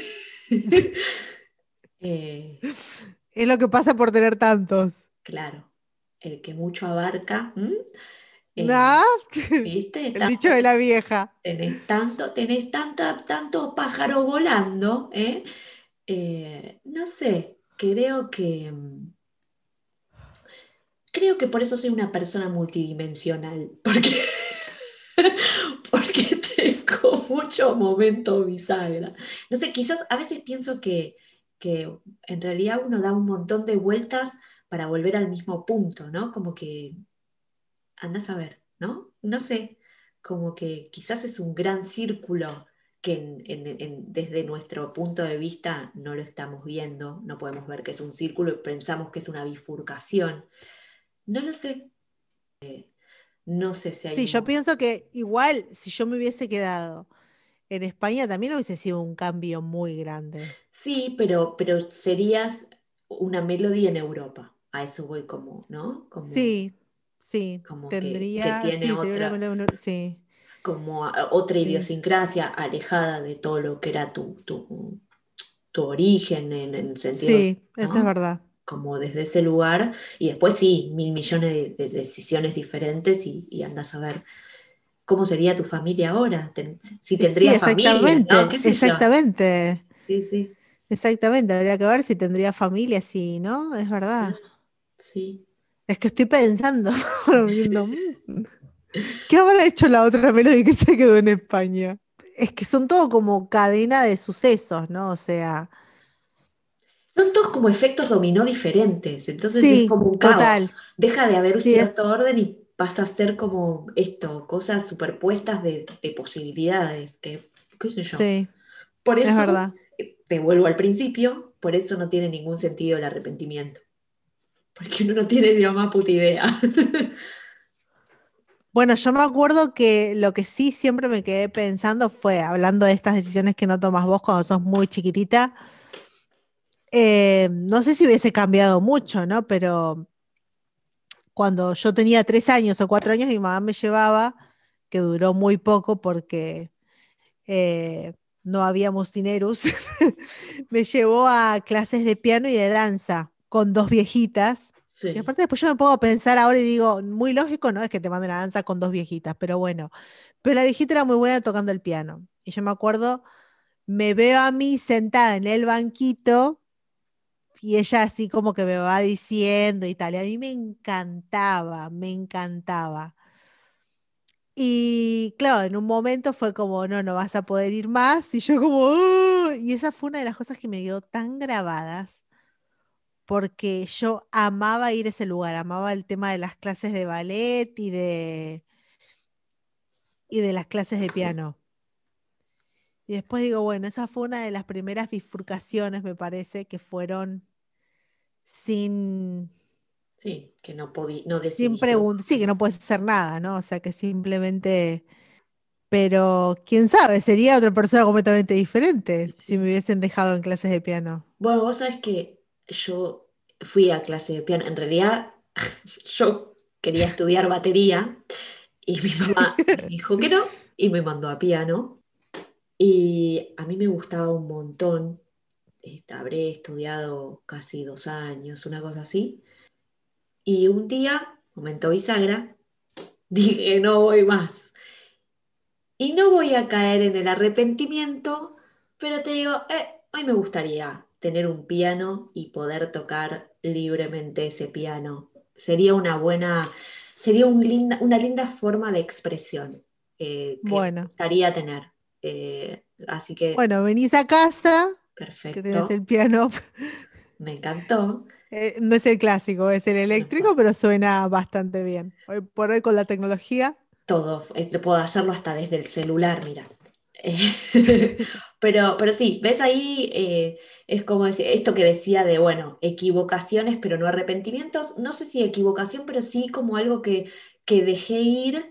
Eh, es lo que pasa por tener tantos. claro, el que mucho abarca, ¿m? ¿No? ¿Viste? El dicho de la vieja. Tenés tanto pájaro volando, ¿eh? No sé, creo que por eso soy una persona multidimensional, porque, porque tengo mucho momento bisagra. No sé, quizás a veces pienso que en realidad uno da un montón de vueltas para volver al mismo punto, ¿no? Como que andás a ver, ¿no? No sé, como que quizás es un gran círculo que desde nuestro punto de vista no lo estamos viendo, no podemos ver que es un círculo y pensamos que es una bifurcación. No lo sé. No sé si hay Sí, yo un... pienso que igual si yo me hubiese quedado en España también hubiese sido un cambio muy grande. Sí, pero serías una melodía en Europa. A eso voy como, ¿no? Sí, sí, Como que tendría, tiene sí, sería una otra, sí, como otra sí, idiosincrasia alejada de todo lo que era tu origen en el sentido, sí, eso es ¿no? verdad. Como desde ese lugar. Y después sí, mil millones de decisiones diferentes y andás a ver cómo sería tu familia ahora. Si Y sí, tendrías familia, ¿no? ¿Qué exactamente, sé yo? exactamente. Sí, sí, Exactamente, habría que ver si tendría familia, sí, ¿no? Es verdad. claro, sí. Es que estoy pensando, viendo, ¿qué habrá hecho la otra Melody que se quedó en España? Es que son todo como cadena de sucesos, ¿no? O sea, Son todos como efectos dominó diferentes, entonces es sí, como un caos. total. Deja de haber Sí, cierto orden y pasa a ser como esto, cosas superpuestas de posibilidades, que, qué sé yo. sí, Por es eso, verdad. te vuelvo al principio, por eso no tiene ningún sentido el arrepentimiento, porque uno no tiene ni la más puta idea. Bueno, yo me acuerdo que lo que sí siempre me quedé pensando fue, hablando de estas decisiones que no tomas vos cuando sos muy chiquitita, no sé si hubiese cambiado mucho, ¿no? Pero cuando yo tenía 3 años o 4 años, mi mamá me llevaba, que duró muy poco porque eh, no habíamos dineros, me llevó a clases de piano y de danza con dos viejitas. Que Sí, aparte después yo me pongo a pensar ahora y digo, muy lógico, ¿no? Es que te manden a danza con dos viejitas, pero bueno. Pero la viejita era muy buena tocando el piano. Y yo me acuerdo, me veo a mí sentada en el banquito y ella así como que me va diciendo y tal. Y a mí me encantaba, me encantaba. Y claro, en un momento fue como, no, no vas a poder ir más. Y yo como, "Ah", y esa fue una de las cosas que me quedó tan grabadas, porque yo amaba ir a ese lugar, amaba el tema de las clases de ballet y de las clases de piano. Y después digo, bueno, esa fue una de las primeras bifurcaciones, me parece, que fueron sin, sí, que no no sin decidido. preguntar, sí, que no puedes hacer nada, ¿no? O sea, que simplemente, pero quién sabe, sería otra persona completamente diferente si me Sí. hubiesen dejado en clases de piano. Bueno, vos sabés que yo fui a clase de piano. En realidad, yo quería estudiar batería y mi mamá me dijo que no y me mandó a piano. Y a mí me gustaba un montón. Habré estudiado casi 2 años, una cosa así. Y un día, momento bisagra, dije, no voy más. Y no voy a caer en el arrepentimiento, pero te digo, hoy me gustaría tener un piano y poder tocar libremente ese piano. Sería sería una linda forma de expresión que me Bueno, gustaría tener. Así que, bueno, venís a casa, que tenés perfecto, el piano, me encantó. no es el clásico, es el No, eléctrico, pero suena bastante bien. Hoy por hoy con la tecnología. todo, puedo hacerlo hasta desde el celular, mira. Pero sí, ves ahí, es como decir, esto que decía de, bueno, equivocaciones, pero no arrepentimientos. No sé si equivocación, pero sí como algo que dejé ir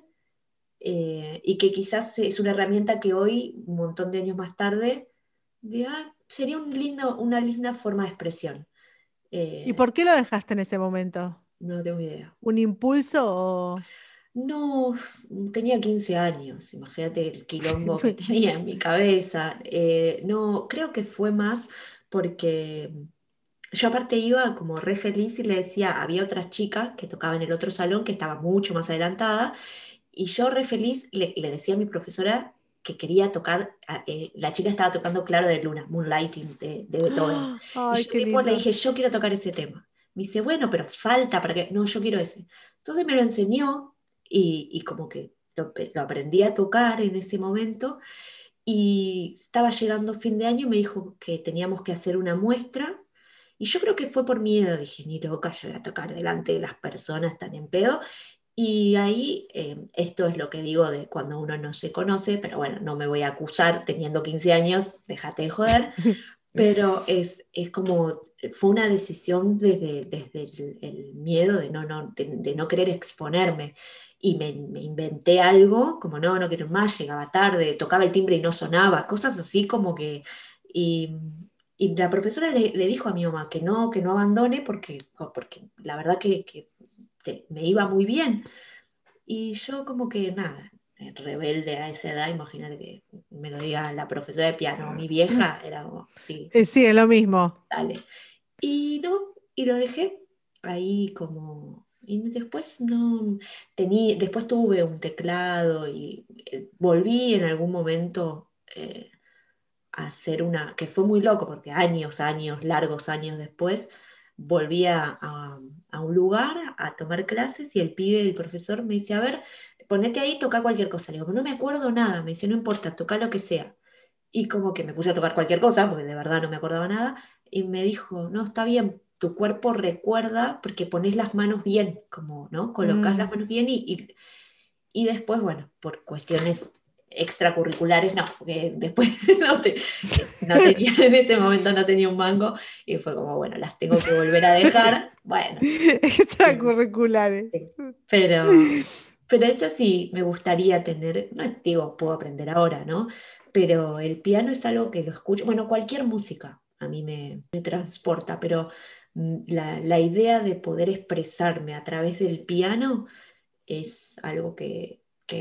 y que quizás es una herramienta que hoy, un montón de años más tarde, sería una linda forma de expresión. ¿Y Eh, por qué lo dejaste en ese momento? no tengo idea. ¿Un impulso o...? No, tenía 15 años, imagínate el quilombo que tenía en mi cabeza. No, creo que fue más porque yo aparte iba como re feliz y le decía, había otras chicas que tocaban en el otro salón que estaba mucho más adelantada y yo re feliz le decía a mi profesora que quería tocar, la chica estaba tocando Claro de Luna, Moonlighting de Beethoven. Y Ay, yo qué tipo le lindo. dije, yo quiero tocar ese tema. Me dice, bueno, pero falta para que... No, yo quiero ese. Entonces me lo enseñó y como que lo aprendí a tocar en ese momento y estaba llegando fin de año y me dijo que teníamos que hacer una muestra y yo creo que fue por miedo, dije, ni loca, yo voy a tocar delante de las personas tan en pedo. Y ahí, esto es lo que digo de cuando uno no se conoce, pero bueno, no me voy a acusar teniendo 15 años, déjate de joder, pero es como, fue una decisión desde el miedo de no querer exponerme. Y me inventé algo, como no, no quiero más, llegaba tarde, tocaba el timbre y no sonaba, cosas así como que... Y, y la profesora le dijo a mi mamá que no abandone porque la verdad que me iba muy bien. Y yo como que nada, rebelde a esa edad, imagínate que me lo diga la profesora de piano, mi vieja, era como, sí, Sí, es lo mismo. dale. Y no, y lo dejé ahí como... Y después no después tuve un teclado y volví en algún momento hacer que fue muy loco, porque largos años después, volví a un lugar a tomar clases y el profesor me dice, a ver, ponete ahí, toca cualquier cosa. Le digo, no me acuerdo nada, me dice, no importa, toca lo que sea. Y como que me puse a tocar cualquier cosa, porque de verdad no me acordaba nada, y me dijo, no, está bien, tu cuerpo recuerda porque pones las manos bien, como, ¿no? Colocas las manos bien y después, bueno, por cuestiones extracurriculares, no, porque después no tenía, en ese momento no tenía un mango y fue como, bueno, las tengo que volver a dejar, bueno. Extracurriculares. Sí. Pero eso sí me gustaría tener, no digo, puedo aprender ahora, ¿no? Pero el piano es algo que lo escucho, bueno, cualquier música a mí me transporta, pero la idea de poder expresarme a través del piano es algo que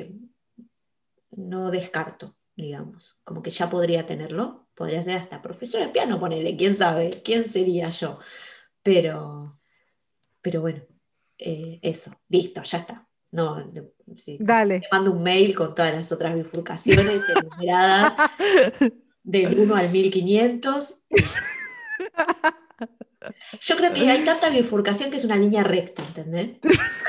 no descarto, digamos, como que ya podría tenerlo, podría ser hasta profesor de piano, ponele, quién sabe, quién sería yo, pero bueno, eso, listo, ya está. No, sí. Dale. Te mando un mail con todas las otras bifurcaciones enumeradas del 1 al 1500. Yo creo que hay tanta bifurcación que es una línea recta, ¿entendés?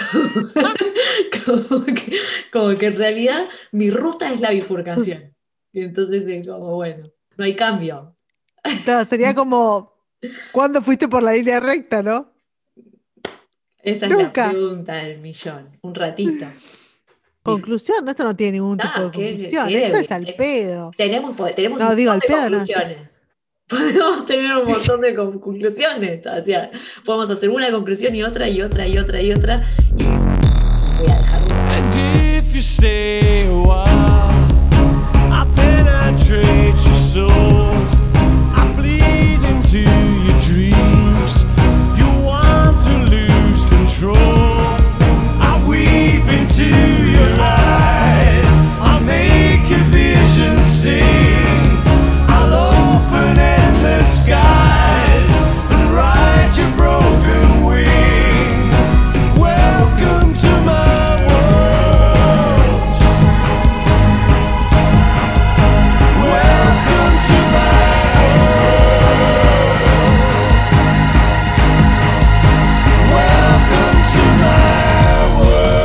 Como que en realidad mi ruta es la bifurcación. Y entonces es como, bueno, no hay cambio. Claro, sería como, ¿cuándo fuiste por la línea recta, no? Esa Nunca. Es la pregunta del millón. Un ratito. Conclusión, no, esto no tiene ningún tipo de conclusión. Esto es al pedo. Tenemos No, un digo, montón al de pedo no. conclusiones. Podemos tener un montón de conclusiones. O sea, podemos hacer una conclusión y otra y otra y otra y otra. Y voy a dejarlo. And if you stay a while, I penetrate your soul. I bleed into your dreams. You want to lose control. I weep into your eyes. I'll make your vision sing. I'll open endless skies and ride your broken wings. Welcome to my world. Welcome to my world. Welcome to my world.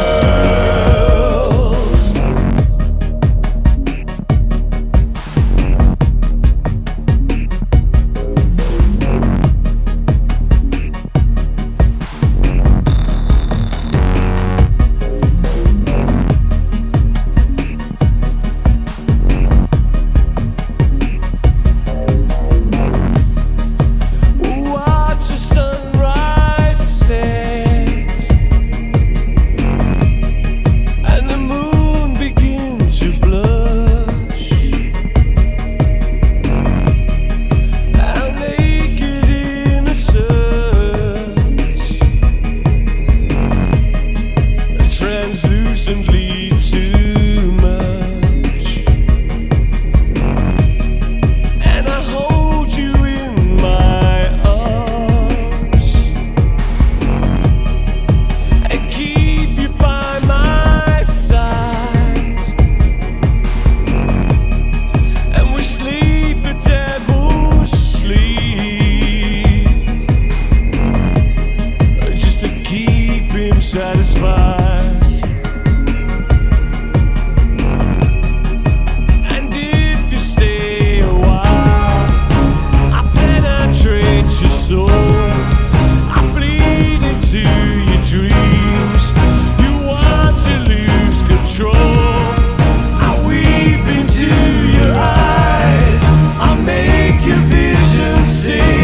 Watch the sunrise set and the moon begin to blush. I'll make it innocent, translucently too much, and I hold you in my arms and keep you by my side, and we sleep a devil's sleep just to keep him satisfied. And if you stay a while, I penetrate your soul. I bleed into your dreams. You want to lose control. I weep into your eyes. I make your vision sing.